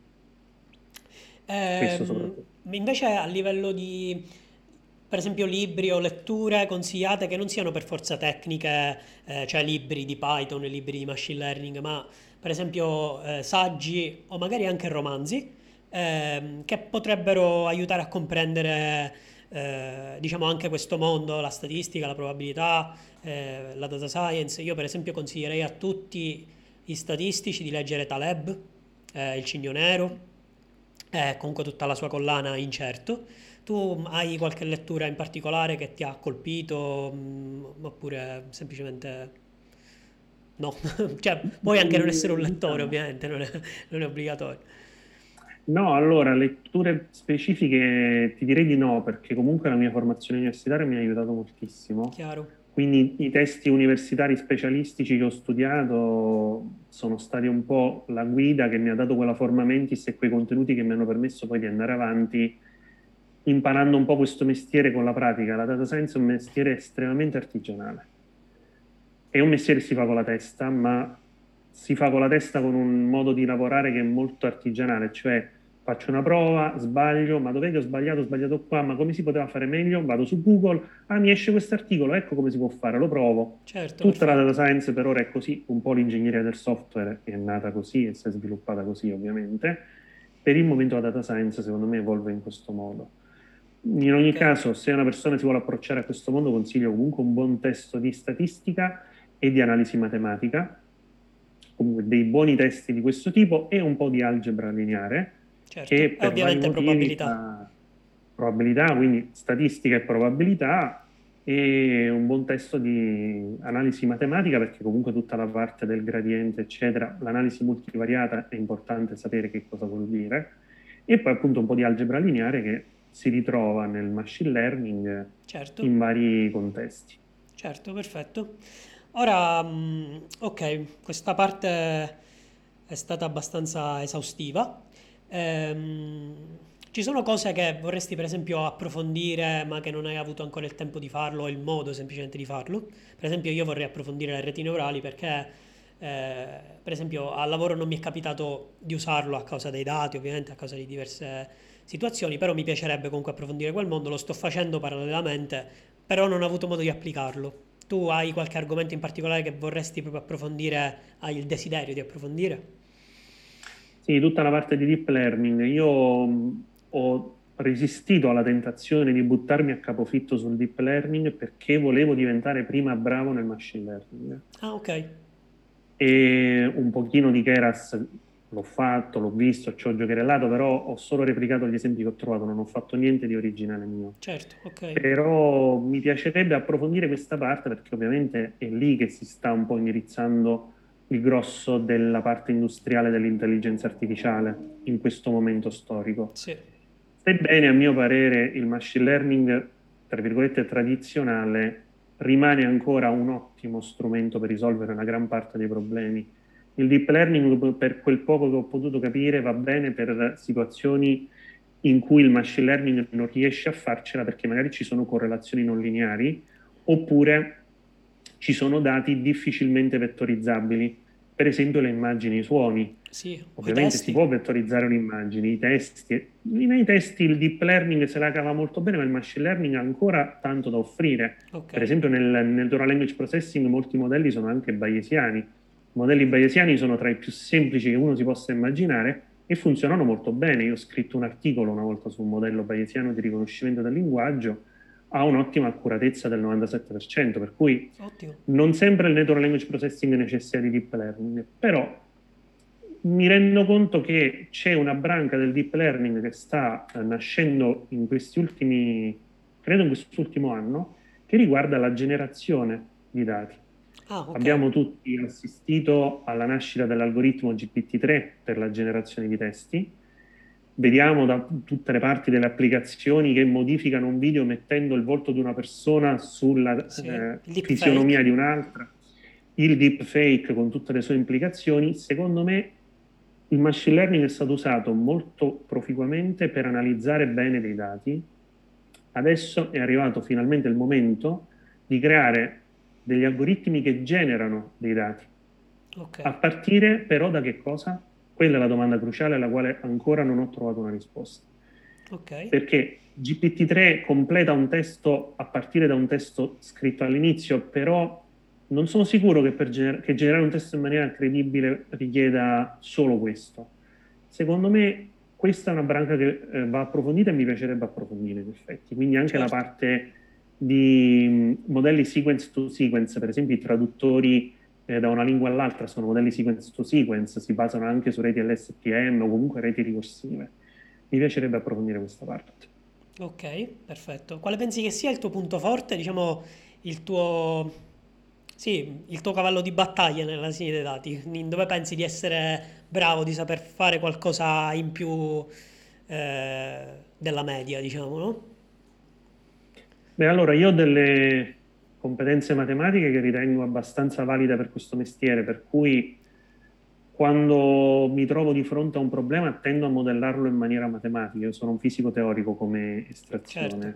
Questo Ehm, soprattutto. invece a livello di, per esempio, libri o letture consigliate che non siano per forza tecniche, eh, cioè libri di Python, libri di machine learning, ma per esempio eh, saggi o magari anche romanzi, ehm, che potrebbero aiutare a comprendere, eh, diciamo, anche questo mondo, la statistica, la probabilità, eh, la data science. Io per esempio consiglierei a tutti gli statistici di leggere Taleb, eh, Il Cigno Nero, e comunque tutta la sua collana Incerto. Tu hai qualche lettura in particolare che ti ha colpito, mm, oppure semplicemente no? Cioè, puoi anche non essere un Mm, lettore, diciamo. ovviamente, non è, non è obbligatorio. No, allora, letture specifiche ti direi di no, perché comunque la mia formazione universitaria mi ha aiutato moltissimo. Chiaro? Quindi i testi universitari specialistici che ho studiato sono stati un po' la guida che mi ha dato quella forma mentis e quei contenuti che mi hanno permesso poi di andare avanti, imparando un po' questo mestiere con la pratica. La data science è un mestiere estremamente artigianale. È un mestiere che si fa con la testa, ma si fa con la testa con un modo di lavorare che è molto artigianale, cioè faccio una prova, sbaglio, ma dov'è che ho sbagliato? Ho sbagliato qua, ma come si poteva fare meglio? Vado su Google, ah, mi esce questo articolo, ecco come si può fare, lo provo. Certo, Tutta la data perfetto. science per ora è così, un po' l'ingegneria del software è nata così e si è sviluppata così, ovviamente. Per il momento la data science, secondo me, evolve in questo modo. In ogni Ok, caso, se una persona si vuole approcciare a questo mondo, consiglio comunque un buon testo di statistica e di analisi matematica, comunque dei buoni testi di questo tipo e un po' di algebra lineare, che certo. E per vari ovviamente motivi probabilità. fa probabilità, quindi statistica e probabilità, e un buon testo di analisi matematica, perché comunque tutta la parte del gradiente, eccetera, l'analisi multivariata è importante sapere che cosa vuol dire, e poi appunto un po' di algebra lineare che si ritrova nel machine learning Certo, in vari contesti. certo, perfetto. Ora, mm, ok, questa parte è stata abbastanza esaustiva. Ehm, ci sono cose che vorresti per esempio approfondire ma che non hai avuto ancora il tempo di farlo o il modo semplicemente di farlo? Per esempio io vorrei approfondire le reti neurali perché eh, per esempio al lavoro non mi è capitato di usarlo a causa dei dati, ovviamente a causa di diverse situazioni, però mi piacerebbe comunque approfondire quel mondo, lo sto facendo parallelamente, però non ho avuto modo di applicarlo. Tu hai qualche argomento in particolare che vorresti proprio approfondire, hai il desiderio di approfondire? Sì, tutta la parte di deep learning. Io mh, ho resistito alla tentazione di buttarmi a capofitto sul deep learning perché volevo diventare prima bravo nel machine learning. Ah, ok, E un pochino di Keras l'ho fatto, l'ho visto, ci ho giocherellato, però ho solo replicato gli esempi che ho trovato, non ho fatto niente di originale mio. certo, ok, Però mi piacerebbe approfondire questa parte perché ovviamente è lì che si sta un po' indirizzando il grosso della parte industriale dell'intelligenza artificiale in questo momento storico. Sì, Sebbene, a mio parere, il machine learning, tra virgolette, tradizionale rimane ancora un ottimo strumento per risolvere una gran parte dei problemi. Il deep learning, per quel poco che ho potuto capire, va bene per situazioni in cui il machine learning non riesce a farcela perché magari ci sono correlazioni non lineari oppure ci sono dati difficilmente vettorizzabili, per esempio le immagini e i suoni. sì, o i Ovviamente si può testi. vettorizzare un'immagine, i testi. Nei testi il deep learning se la cava molto bene, ma il machine learning ha ancora tanto da offrire. Ok, Per esempio nel, nel Natural Language Processing molti modelli sono anche bayesiani. I modelli bayesiani sono tra i più semplici che uno si possa immaginare e funzionano molto bene. Io ho scritto un articolo una volta su un modello bayesiano di riconoscimento del linguaggio, ha un'ottima accuratezza del novantasette per cento, per cui ottimo. non sempre il Natural Language Processing necessita di deep learning, però mi rendo conto che c'è una branca del deep learning che sta eh, nascendo in questi ultimi, credo in quest'ultimo anno, che riguarda la generazione di dati. Ah, ok. Abbiamo tutti assistito alla nascita dell'algoritmo G P T tre per la generazione di testi. Vediamo da tutte le parti delle applicazioni che modificano un video mettendo il volto di una persona sulla Sì, eh, il deepfake. fisionomia di un'altra, il deepfake con tutte le sue implicazioni. Secondo me il machine learning è stato usato molto proficuamente per analizzare bene dei dati. Adesso è arrivato finalmente il momento di creare degli algoritmi che generano dei dati. Ok, A partire però da che cosa? Quella è la domanda cruciale alla quale ancora non ho trovato una risposta. ok. Perché G P T tre completa un testo a partire da un testo scritto all'inizio, però non sono sicuro che, per gener- che generare un testo in maniera credibile richieda solo questo. Secondo me questa è una branca che eh, va approfondita e mi piacerebbe approfondire in effetti. Quindi anche la Certo. parte di mh, modelli sequence to sequence, per esempio i traduttori eh, da una lingua all'altra sono modelli sequence to sequence, si basano anche su reti L S T M o comunque reti ricorsive. Mi piacerebbe approfondire questa parte. Ok, perfetto. Quale pensi che sia il tuo punto forte, diciamo, il tuo, sì, il tuo cavallo di battaglia nell'analisi dei dati? In dove pensi di essere bravo, di saper fare qualcosa in più eh, della media, diciamo, no? Beh, allora io ho delle competenze matematiche che ritengo abbastanza valide per questo mestiere, per cui quando mi trovo di fronte a un problema tendo a modellarlo in maniera matematica. Io sono un fisico teorico come Certo, estrazione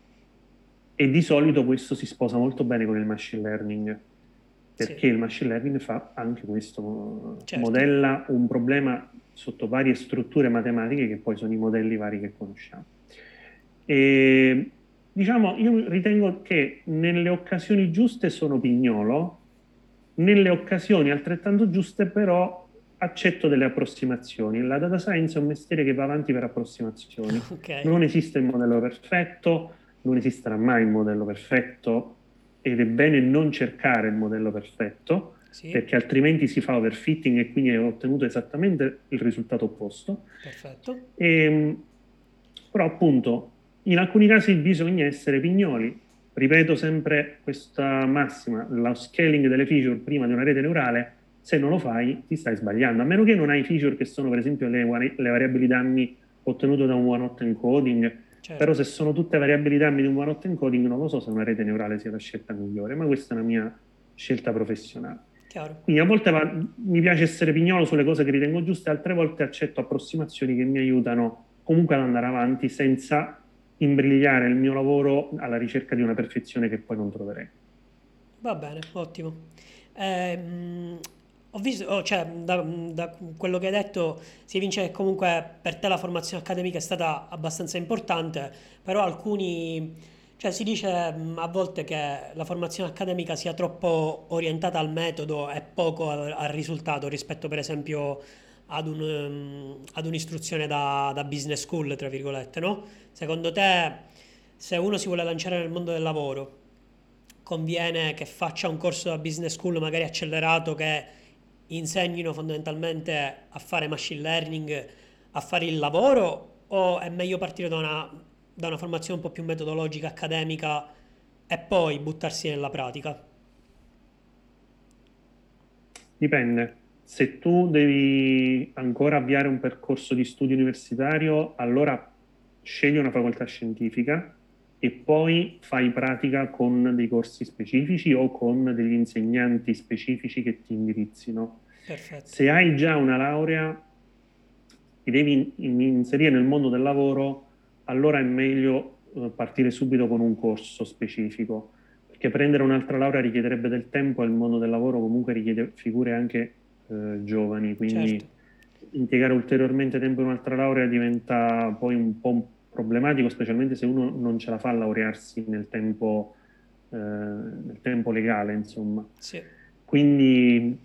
e di solito questo si sposa molto bene con il machine learning, sì, perché il machine learning fa anche questo, certo. modella un problema sotto varie strutture matematiche che poi sono i modelli vari che conosciamo. E, diciamo, io ritengo che nelle occasioni giuste sono pignolo, nelle occasioni altrettanto giuste però accetto delle approssimazioni. La data science è un mestiere che va avanti per approssimazioni. Ok, Non esiste il modello perfetto, non esisterà mai il modello perfetto ed è bene non cercare il modello perfetto sì, perché altrimenti si fa overfitting e quindi è ottenuto esattamente il risultato opposto. perfetto. E, però appunto in alcuni casi bisogna essere pignoli. Ripeto sempre questa massima, lo scaling delle feature prima di una rete neurale, se non lo fai ti stai sbagliando, a meno che non hai feature che sono per esempio le, le variabili dammi ottenute da un one-hot encoding, però Certo, se sono tutte variabili dammi di un one-hot encoding non lo so se una rete neurale sia la scelta migliore, ma questa è una mia scelta professionale. chiaro. Quindi a volte va, mi piace essere pignolo sulle cose che ritengo giuste, altre volte accetto approssimazioni che mi aiutano comunque ad andare avanti senza imbrigliare il mio lavoro alla ricerca di una perfezione che poi non troverei. Va bene, ottimo. Ehm, ho visto, oh, cioè, da, da quello che hai detto si evince che comunque per te la formazione accademica è stata abbastanza importante, però alcuni, cioè si dice mh, a volte che la formazione accademica sia troppo orientata al metodo e poco al, al risultato rispetto per esempio ad un, ehm, ad un'istruzione da, da business school, tra virgolette, no? Secondo te, se uno si vuole lanciare nel mondo del lavoro, conviene che faccia un corso da business school magari accelerato che insegnino fondamentalmente a fare machine learning, a fare il lavoro, o è meglio partire da una, da una formazione un po' più metodologica, accademica e poi buttarsi nella pratica? Dipende. Se tu devi ancora avviare un percorso di studio universitario, allora scegli una facoltà scientifica e poi fai pratica con dei corsi specifici o con degli insegnanti specifici che ti indirizzino. Perfetto. Se hai già una laurea, ti devi in- inserire nel mondo del lavoro, allora è meglio eh, partire subito con un corso specifico, perché prendere un'altra laurea richiederebbe del tempo e il mondo del lavoro comunque richiede figure anche eh, giovani, Certo. quindi impiegare ulteriormente tempo in un'altra laurea diventa poi un po' problematico, specialmente se uno non ce la fa a laurearsi nel tempo, eh, nel tempo legale, insomma. Sì. Quindi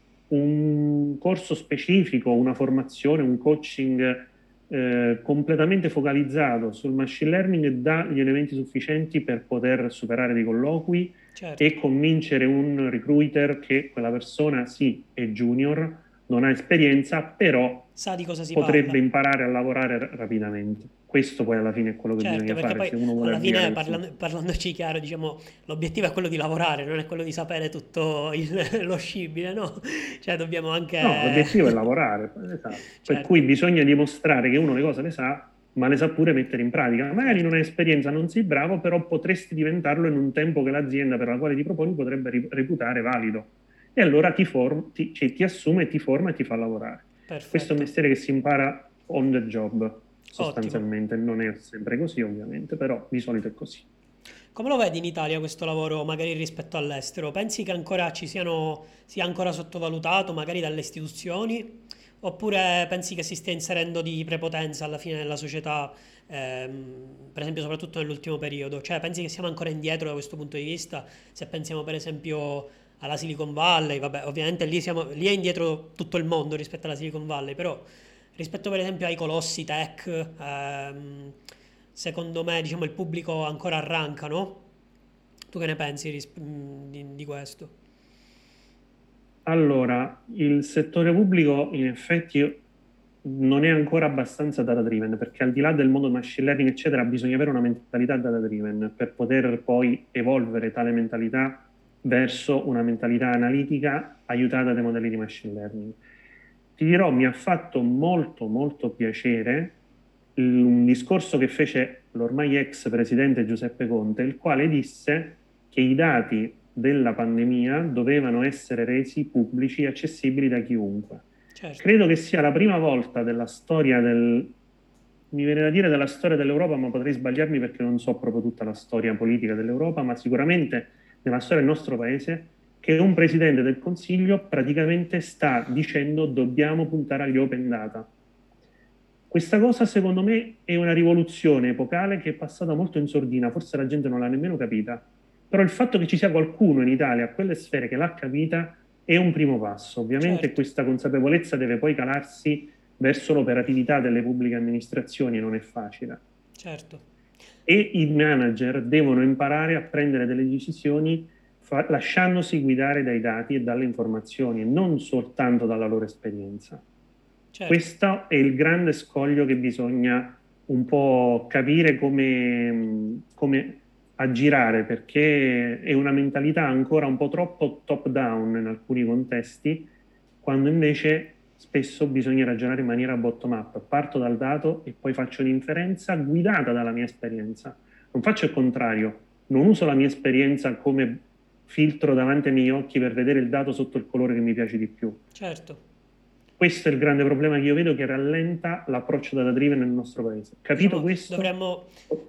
un corso specifico, una formazione, un coaching eh, completamente focalizzato sul machine learning dà gli elementi sufficienti per poter superare dei colloqui Certo. e convincere un recruiter che quella persona sì è junior, non ha esperienza, però Sa di cosa si parla. potrebbe imparare a lavorare r- rapidamente. Questo poi alla fine è quello che Certo, bisogna perché fare poi se uno vuole alla avviare fine, questo. parlando- parlandoci chiaro, diciamo, l'obiettivo è quello di lavorare, non è quello di sapere tutto il- lo scibile, no? Cioè dobbiamo No, anche... l'obiettivo è lavorare, esatto. Per Certo, cui bisogna dimostrare che uno le cose le sa, ma le sa pure mettere in pratica. Magari non certo, hai esperienza, non sei bravo, però potresti diventarlo in un tempo che l'azienda per la quale ti proponi potrebbe ri- reputare valido. E allora ti, form- ti, cioè, ti assume, ti forma e ti fa lavorare. Questo è un perfetto, mestiere che si impara on the job, ottimo. sostanzialmente. Non è sempre così, ovviamente, però di solito è così. Come lo vedi in Italia questo lavoro, magari rispetto all'estero? Pensi che ancora ci siano, sia ancora sottovalutato, magari dalle istituzioni? Oppure pensi che si stia inserendo di prepotenza alla fine nella società, ehm, per esempio soprattutto nell'ultimo periodo? Cioè pensi che siamo ancora indietro da questo punto di vista? Se pensiamo per esempio alla Silicon Valley, vabbè, ovviamente lì, siamo, lì è indietro tutto il mondo rispetto alla Silicon Valley, però rispetto per esempio ai colossi tech, ehm, secondo me diciamo il pubblico ancora arranca, no? Tu che ne pensi ris- mh, di, di questo? Allora, il settore pubblico in effetti non è ancora abbastanza data driven, perché al di là del mondo machine learning, eccetera, bisogna avere una mentalità data driven per poter poi evolvere tale mentalità verso una mentalità analitica aiutata dai modelli di machine learning. Ti dirò, mi ha fatto molto, molto piacere l- un discorso che fece l'ormai ex presidente Giuseppe Conte, il quale disse che i dati della pandemia dovevano essere resi pubblici e accessibili da chiunque. Certo, Credo che sia la prima volta della storia del, mi viene da dire della storia dell'Europa, ma potrei sbagliarmi perché non so proprio tutta la storia politica dell'Europa, ma sicuramente nella storia del nostro paese, che un presidente del Consiglio praticamente sta dicendo dobbiamo puntare agli open data. Questa cosa, secondo me, è una rivoluzione epocale che è passata molto in sordina, forse la gente non l'ha nemmeno capita, però il fatto che ci sia qualcuno in Italia a quelle sfere che l'ha capita è un primo passo. Ovviamente certo, questa consapevolezza deve poi calarsi verso l'operatività delle pubbliche amministrazioni e non è facile. certo, E i manager devono imparare a prendere delle decisioni fa- lasciandosi guidare dai dati e dalle informazioni e non soltanto dalla loro esperienza. certo, Questo è il grande scoglio che bisogna un po' capire come, come aggirare, perché è una mentalità ancora un po' troppo top-down in alcuni contesti, quando invece spesso bisogna ragionare in maniera bottom-up. Parto dal dato e poi faccio un'inferenza guidata dalla mia esperienza. Non faccio il contrario, non uso la mia esperienza come filtro davanti ai miei occhi per vedere il dato sotto il colore che mi piace di più. certo. Questo è il grande problema che io vedo che rallenta l'approccio data driven nel nostro paese. Capito Diciamo, questo? dovremmo,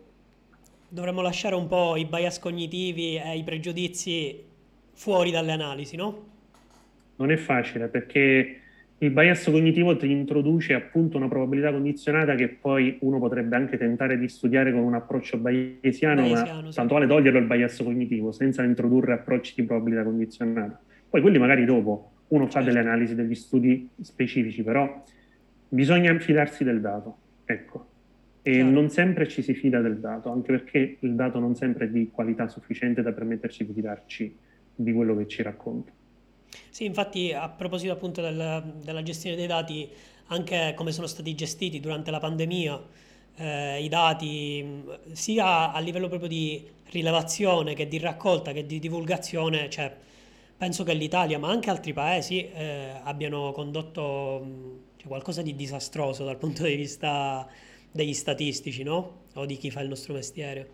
dovremmo lasciare un po' i bias cognitivi e i pregiudizi fuori dalle analisi, no? Non è facile perché il bias cognitivo ti introduce appunto una probabilità condizionata che poi uno potrebbe anche tentare di studiare con un approccio bayesiano, ma Bayesiano, sì. tanto vale toglierlo il bias cognitivo senza introdurre approcci di probabilità condizionata. Poi quelli magari dopo uno fa delle Certo, analisi, degli studi specifici, però bisogna fidarsi del dato. Ecco. E chiaro. non sempre ci si fida del dato, anche perché il dato non sempre è di qualità sufficiente da permetterci di fidarci di quello che ci racconta. Sì, infatti a proposito appunto del- della gestione dei dati, anche come sono stati gestiti durante la pandemia, eh, i dati mh, sia a livello proprio di rilevazione che di raccolta che di divulgazione, cioè penso che l'Italia, ma anche altri paesi, eh, abbiano condotto mh, cioè, qualcosa di disastroso dal punto di vista degli statistici, no? O di chi fa il nostro mestiere.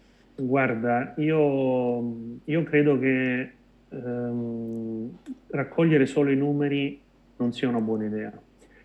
Guarda, io, io credo che ehm, raccogliere solo i numeri non sia una buona idea.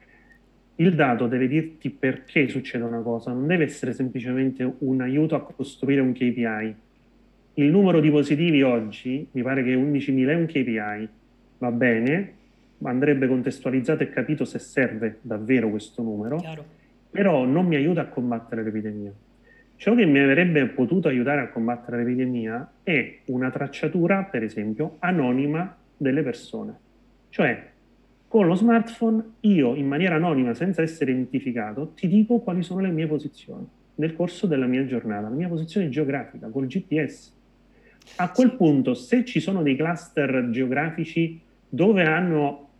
Il dato deve dirti perché succede una cosa, non deve essere semplicemente un aiuto a costruire un K P I. Il numero di positivi oggi mi pare che undicimila è un K P I, va bene, andrebbe contestualizzato e capito se serve davvero questo numero, Chiaro? però non mi aiuta a combattere l'epidemia. Ciò che mi avrebbe potuto aiutare a combattere l'epidemia è una tracciatura, per esempio, anonima delle persone. Cioè, con lo smartphone io, in maniera anonima, senza essere identificato, ti dico quali sono le mie posizioni nel corso della mia giornata, la mia posizione geografica, col G P S. A quel Sì, punto, se ci sono dei cluster geografici dove hanno,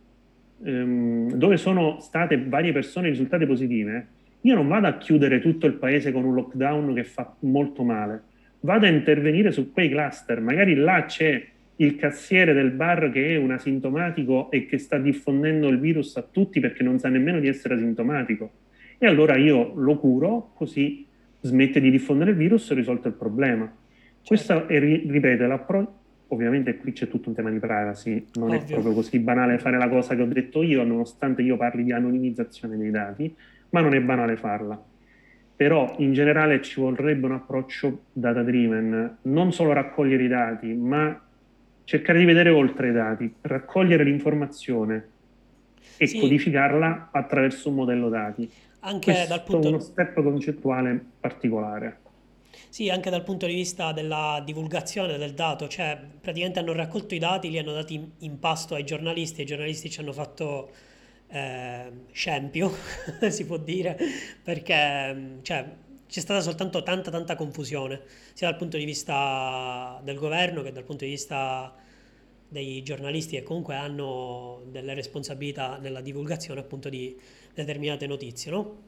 ehm, dove sono state varie persone risultate positive, io non vado a chiudere tutto il paese con un lockdown che fa molto male, vado a intervenire su quei cluster. Magari là c'è il cassiere del bar che è un asintomatico e che sta diffondendo il virus a tutti perché non sa nemmeno di essere asintomatico. E allora io lo curo, così smette di diffondere il virus e ho risolto il problema. certo, Questo è, ripeto, l'approccio. Ovviamente qui c'è tutto un tema di privacy, non è ovvio. proprio così banale fare la cosa che ho detto io, nonostante io parli di anonimizzazione dei dati, ma non è banale farla. Però in generale ci vorrebbe un approccio data driven, non solo raccogliere i dati, ma cercare di vedere oltre i dati, raccogliere l'informazione e Sì, codificarla attraverso un modello dati. anche dal Questo è uno punto, step concettuale particolare. sì, anche dal punto di vista della divulgazione del dato, cioè praticamente hanno raccolto i dati, li hanno dati in in pasto ai giornalisti e i giornalisti ci hanno fatto eh, scempio, si può dire, perché mh, cioè, c'è stata soltanto tanta tanta confusione, sia dal punto di vista del governo che dal punto di vista dei giornalisti che comunque hanno delle responsabilità nella divulgazione appunto di determinate notizie, no?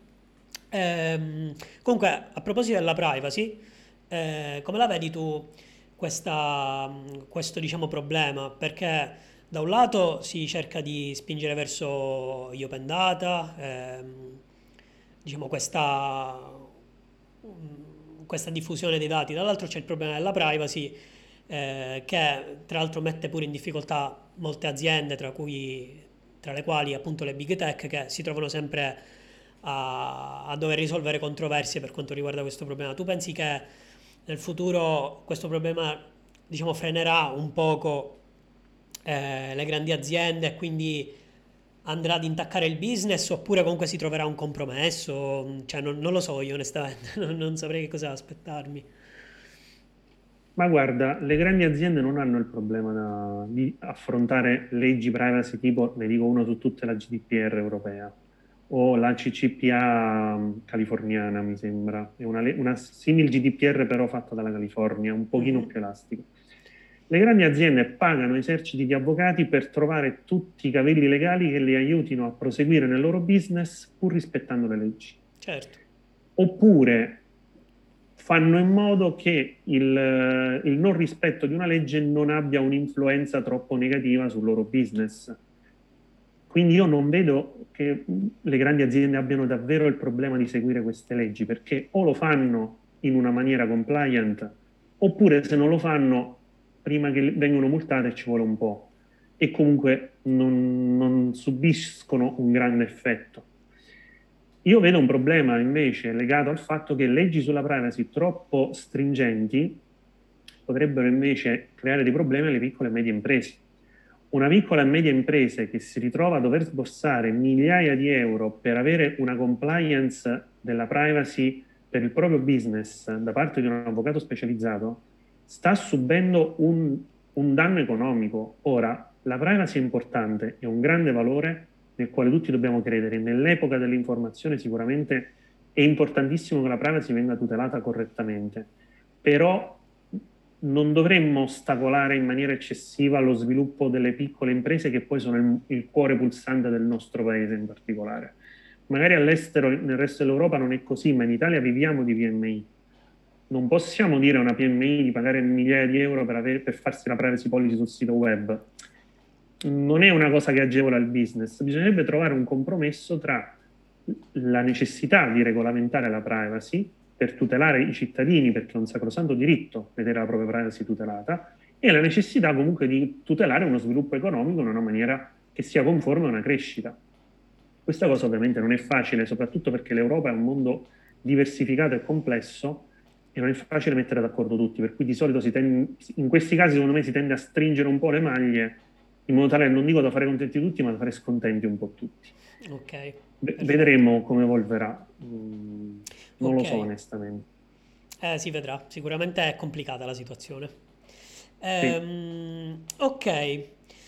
Ehm, comunque, a proposito della privacy, eh, come la vedi tu questa, mh, questo diciamo problema? Perché da un lato si cerca di spingere verso gli open data, ehm, diciamo questa, mh, questa diffusione dei dati, dall'altro c'è il problema della privacy, eh, che tra l'altro mette pure in difficoltà molte aziende, tra cui, tra le quali appunto le big tech, che si trovano sempre a, a dover risolvere controversie per quanto riguarda questo problema. Tu pensi che nel futuro questo problema, diciamo, frenerà un poco eh, le grandi aziende e quindi andrà ad intaccare il business oppure comunque si troverà un compromesso? Cioè, non, non lo so io onestamente, non, non saprei che cosa aspettarmi. Ma guarda, le grandi aziende non hanno il problema da- di affrontare leggi privacy tipo, ne dico uno su tutte, la G D P R europea o la C C P A californiana, mi sembra. È una, le- una simil G D P R però fatta dalla California, un pochino Mhm. più elastico. Le grandi aziende pagano eserciti di avvocati per trovare tutti i cavilli legali che li aiutino a proseguire nel loro business pur rispettando le leggi. Certo, Oppure fanno in modo che il, il non rispetto di una legge non abbia un'influenza troppo negativa sul loro business. Quindi io non vedo che le grandi aziende abbiano davvero il problema di seguire queste leggi, perché o lo fanno in una maniera compliant, oppure se non lo fanno, prima che vengano multate ci vuole un po'. E comunque non, non subiscono un grande effetto. Io vedo un problema invece legato al fatto che leggi sulla privacy troppo stringenti potrebbero invece creare dei problemi alle piccole e medie imprese. Una piccola e media impresa che si ritrova a dover sborsare migliaia di euro per avere una compliance della privacy per il proprio business da parte di un avvocato specializzato sta subendo un, un danno economico. Ora, la privacy è importante, è un grande valore nel quale tutti dobbiamo credere. Nell'epoca dell'informazione sicuramente è importantissimo che la privacy venga tutelata correttamente, però non dovremmo ostacolare in maniera eccessiva lo sviluppo delle piccole imprese che poi sono il, il cuore pulsante del nostro paese in particolare. Magari all'estero, nel resto dell'Europa non è così, ma in Italia viviamo di P M I. non possiamo dire a una P M I di pagare migliaia di euro per, avere- per farsi la privacy policy sul sito web. Non è una cosa che agevola il business, bisognerebbe trovare un compromesso tra la necessità di regolamentare la privacy per tutelare i cittadini, perché è un sacrosanto diritto vedere la propria privacy tutelata, e la necessità comunque di tutelare uno sviluppo economico in una maniera che sia conforme a una crescita. Questa cosa Certo. ovviamente non è facile, soprattutto perché l'Europa è un mondo diversificato e complesso e non è facile mettere d'accordo tutti, per cui di solito si tende, in questi casi secondo me si tende a stringere un po' le maglie in modo tale, non dico da fare contenti tutti, ma da fare scontenti un po' tutti. Ok, V- perfetto. vedremo come evolverà. Mm, non lo Ok, so onestamente. eh, si vedrà, sicuramente è complicata la situazione. Sì. Ehm, ok.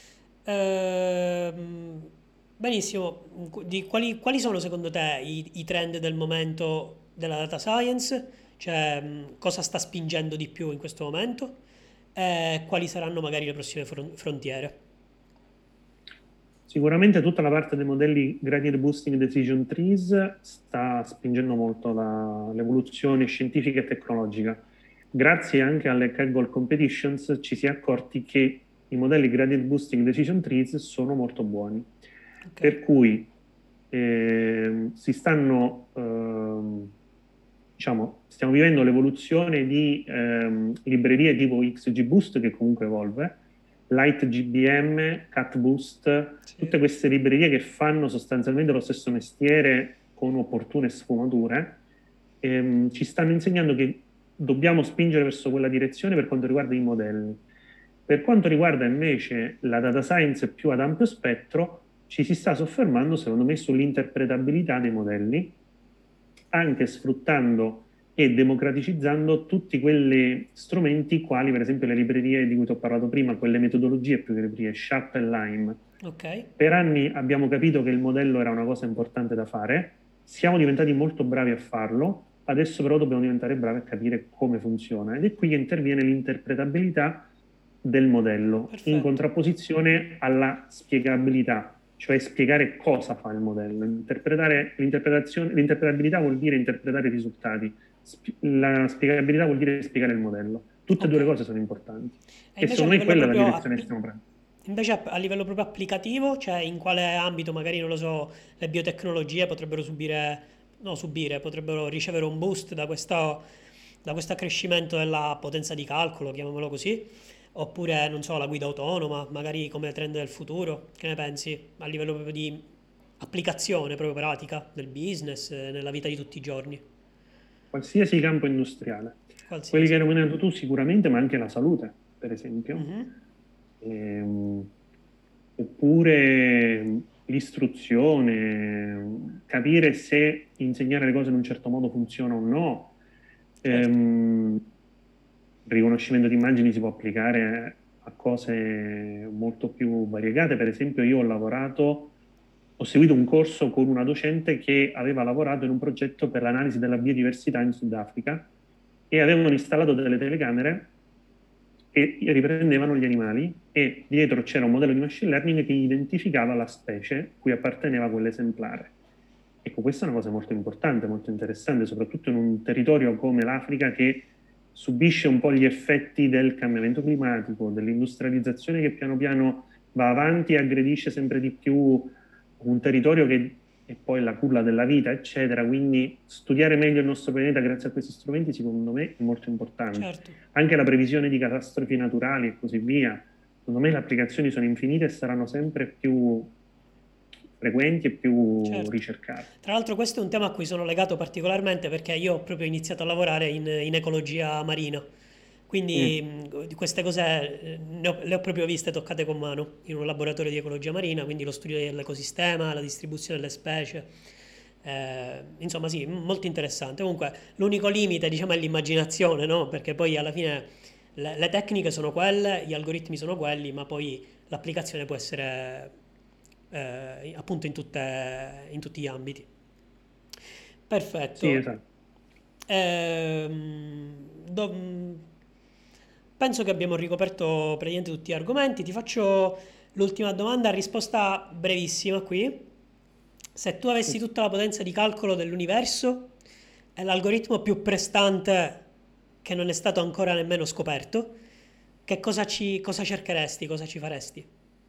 Ehm, benissimo. Di quali, quali sono secondo te i, i trend del momento della data science? Cioè, mh, cosa sta spingendo di più in questo momento? E quali saranno magari le prossime fron- frontiere? Sicuramente tutta la parte dei modelli Gradient Boosting Decision Trees sta spingendo molto la- l'evoluzione scientifica e tecnologica. Grazie anche alle Kaggle Competitions ci si è accorti che i modelli Gradient Boosting Decision Trees sono molto buoni. Ok, Per cui ehm, si stanno, ehm, diciamo, stiamo vivendo l'evoluzione di ehm, librerie tipo XGBoost che comunque evolve, LightGBM, CatBoost, sì, tutte queste librerie che fanno sostanzialmente lo stesso mestiere con opportune sfumature, ehm, ci stanno insegnando che dobbiamo spingere verso quella direzione per quanto riguarda i modelli. Per quanto riguarda invece la data science più ad ampio spettro, ci si sta soffermando, secondo me, sull'interpretabilità dei modelli, anche sfruttando e democraticizzando tutti quegli strumenti quali, per esempio, le librerie di cui ti ho parlato prima, quelle metodologie più che librerie, Sharp e Lime. ok. Per anni abbiamo capito che il modello era una cosa importante da fare, siamo diventati molto bravi a farlo, adesso però dobbiamo diventare bravi a capire come funziona ed è qui che interviene l'interpretabilità del modello in Perfetto. contrapposizione alla spiegabilità, cioè spiegare cosa fa il modello. Interpretare, l'interpretazione, l'interpretabilità vuol dire interpretare i risultati, Spi- la spiegabilità vuol dire spiegare il modello. Tutte e Ok. due le cose sono importanti E e invece a secondo me livello quella è la proprio, direzione che appli- stiamo prendendo. invece a a livello proprio applicativo, cioè in quale ambito magari, non lo so, le biotecnologie potrebbero subire, no, subire, potrebbero ricevere un boost da questo, da questo accrescimento della potenza di calcolo, chiamiamolo così, oppure, non so, la guida autonoma, magari come trend del futuro, che ne pensi? A livello proprio di applicazione proprio pratica del business, eh, nella vita di tutti i giorni, Qualsiasi campo industriale. Quelli che hai qualsiasi. nominato tu sicuramente, ma anche la salute, per esempio. Mhm. Ehm, oppure l'istruzione, capire se insegnare le cose in un certo modo funziona o no. Certo. Ehm, il riconoscimento di immagini si può applicare a cose molto più variegate. Per esempio, io ho lavorato, ho seguito un corso con una docente che aveva lavorato in un progetto per l'analisi della biodiversità in Sudafrica e avevano installato delle telecamere che riprendevano gli animali e dietro c'era un modello di machine learning che identificava la specie cui apparteneva quell'esemplare. Ecco, questa è una cosa molto importante, molto interessante, soprattutto in un territorio come l'Africa che subisce un po' gli effetti del cambiamento climatico, dell'industrializzazione che piano piano va avanti e aggredisce sempre di più un territorio che è poi la culla della vita, eccetera. Quindi studiare meglio il nostro pianeta grazie a questi strumenti, secondo me, è molto importante. Certo. Anche la previsione di catastrofi naturali e così via. Secondo me le applicazioni sono infinite e saranno sempre più frequenti e più Certo. ricercate. Tra l'altro questo è un tema a cui sono legato particolarmente perché io ho proprio iniziato a lavorare in, in ecologia marina, quindi Mm. mh, di queste cose eh, ne ho- le ho proprio viste toccate con mano in un laboratorio di ecologia marina, quindi lo studio dell'ecosistema, la distribuzione delle specie. Eh, insomma sì, molto interessante. Comunque l'unico limite diciamo è l'immaginazione, no? Perché poi alla fine le, le tecniche sono quelle, gli algoritmi sono quelli, ma poi l'applicazione può essere eh, appunto in, tutte- in tutti gli ambiti. Sì, Perfetto. esatto. Ehm, do- penso che abbiamo ricoperto praticamente tutti gli argomenti. Ti faccio l'ultima domanda a risposta brevissima qui. Se tu avessi tutta la potenza di calcolo dell'universo e l'algoritmo più prestante che non è stato ancora nemmeno scoperto, che cosa ci, cosa cercheresti, cosa ci faresti?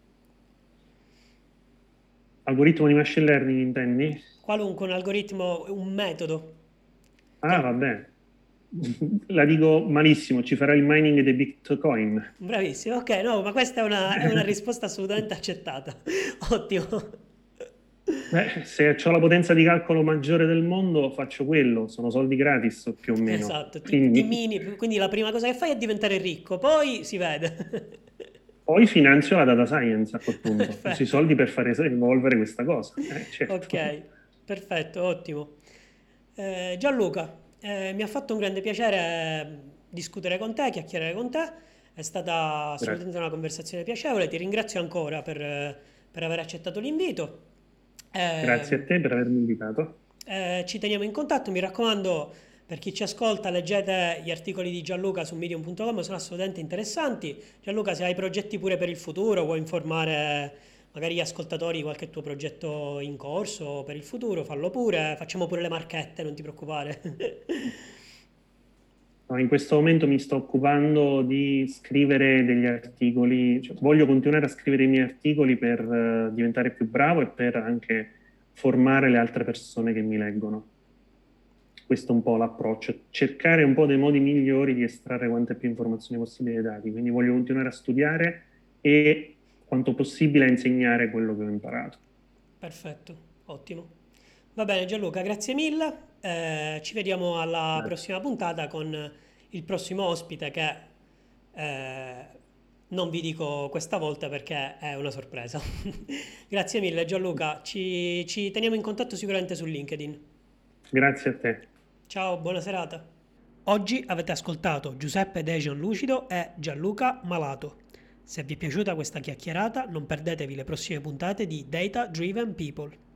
Algoritmo di machine learning, intendi? Qualunque un algoritmo, un metodo. Ah, Qual- vabbè. La dico malissimo, ci farà il mining dei Bitcoin. Bravissimo, ok, no, ma questa è una, è una risposta assolutamente accettata. Ottimo. Beh, se ho la potenza di calcolo maggiore del mondo, faccio quello, sono soldi gratis più o meno. Esatto, ti, ti Quindi mini, quindi la prima cosa che fai è diventare ricco, poi si vede. poi finanzio la data science a quel punto. Uso i Perfetto. soldi per fare evolvere questa cosa. Eh, certo. Ok, perfetto, ottimo. Eh, Gianluca, eh, mi ha fatto un grande piacere eh, discutere con te, chiacchierare con te. È stata Grazie. assolutamente una conversazione piacevole. Ti ringrazio ancora per, eh, per aver accettato l'invito. Grazie a Eh, te per avermi invitato. eh, ci teniamo in contatto, mi raccomando, per chi ci ascolta, leggete gli articoli di Gianluca su medium punto com, sono assolutamente interessanti. Gianluca, se hai progetti pure per il futuro, vuoi informare magari gli ascoltatori di qualche tuo progetto in corso per il futuro, fallo pure, facciamo pure le marchette, non ti preoccupare. No, in questo momento mi sto occupando di scrivere degli articoli, cioè, voglio continuare a scrivere i miei articoli per eh, diventare più bravo e per anche formare le altre persone che mi leggono. Questo è un po' l'approccio, cercare un po' dei modi migliori di estrarre quante più informazioni possibili dai dati. Quindi voglio continuare a studiare e quanto possibile a insegnare quello che ho imparato. Perfetto, ottimo. Va bene Gianluca, grazie mille. Eh, ci vediamo alla Grazie. prossima puntata con il prossimo ospite che eh, non vi dico questa volta perché è una sorpresa. Grazie mille Gianluca, ci, ci teniamo in contatto sicuramente su LinkedIn. Grazie a te. Ciao, buona serata. Oggi avete ascoltato Giuseppe Dejan Lucido e Gianluca Malato. Se vi è piaciuta questa chiacchierata, non perdetevi le prossime puntate di Data Driven People.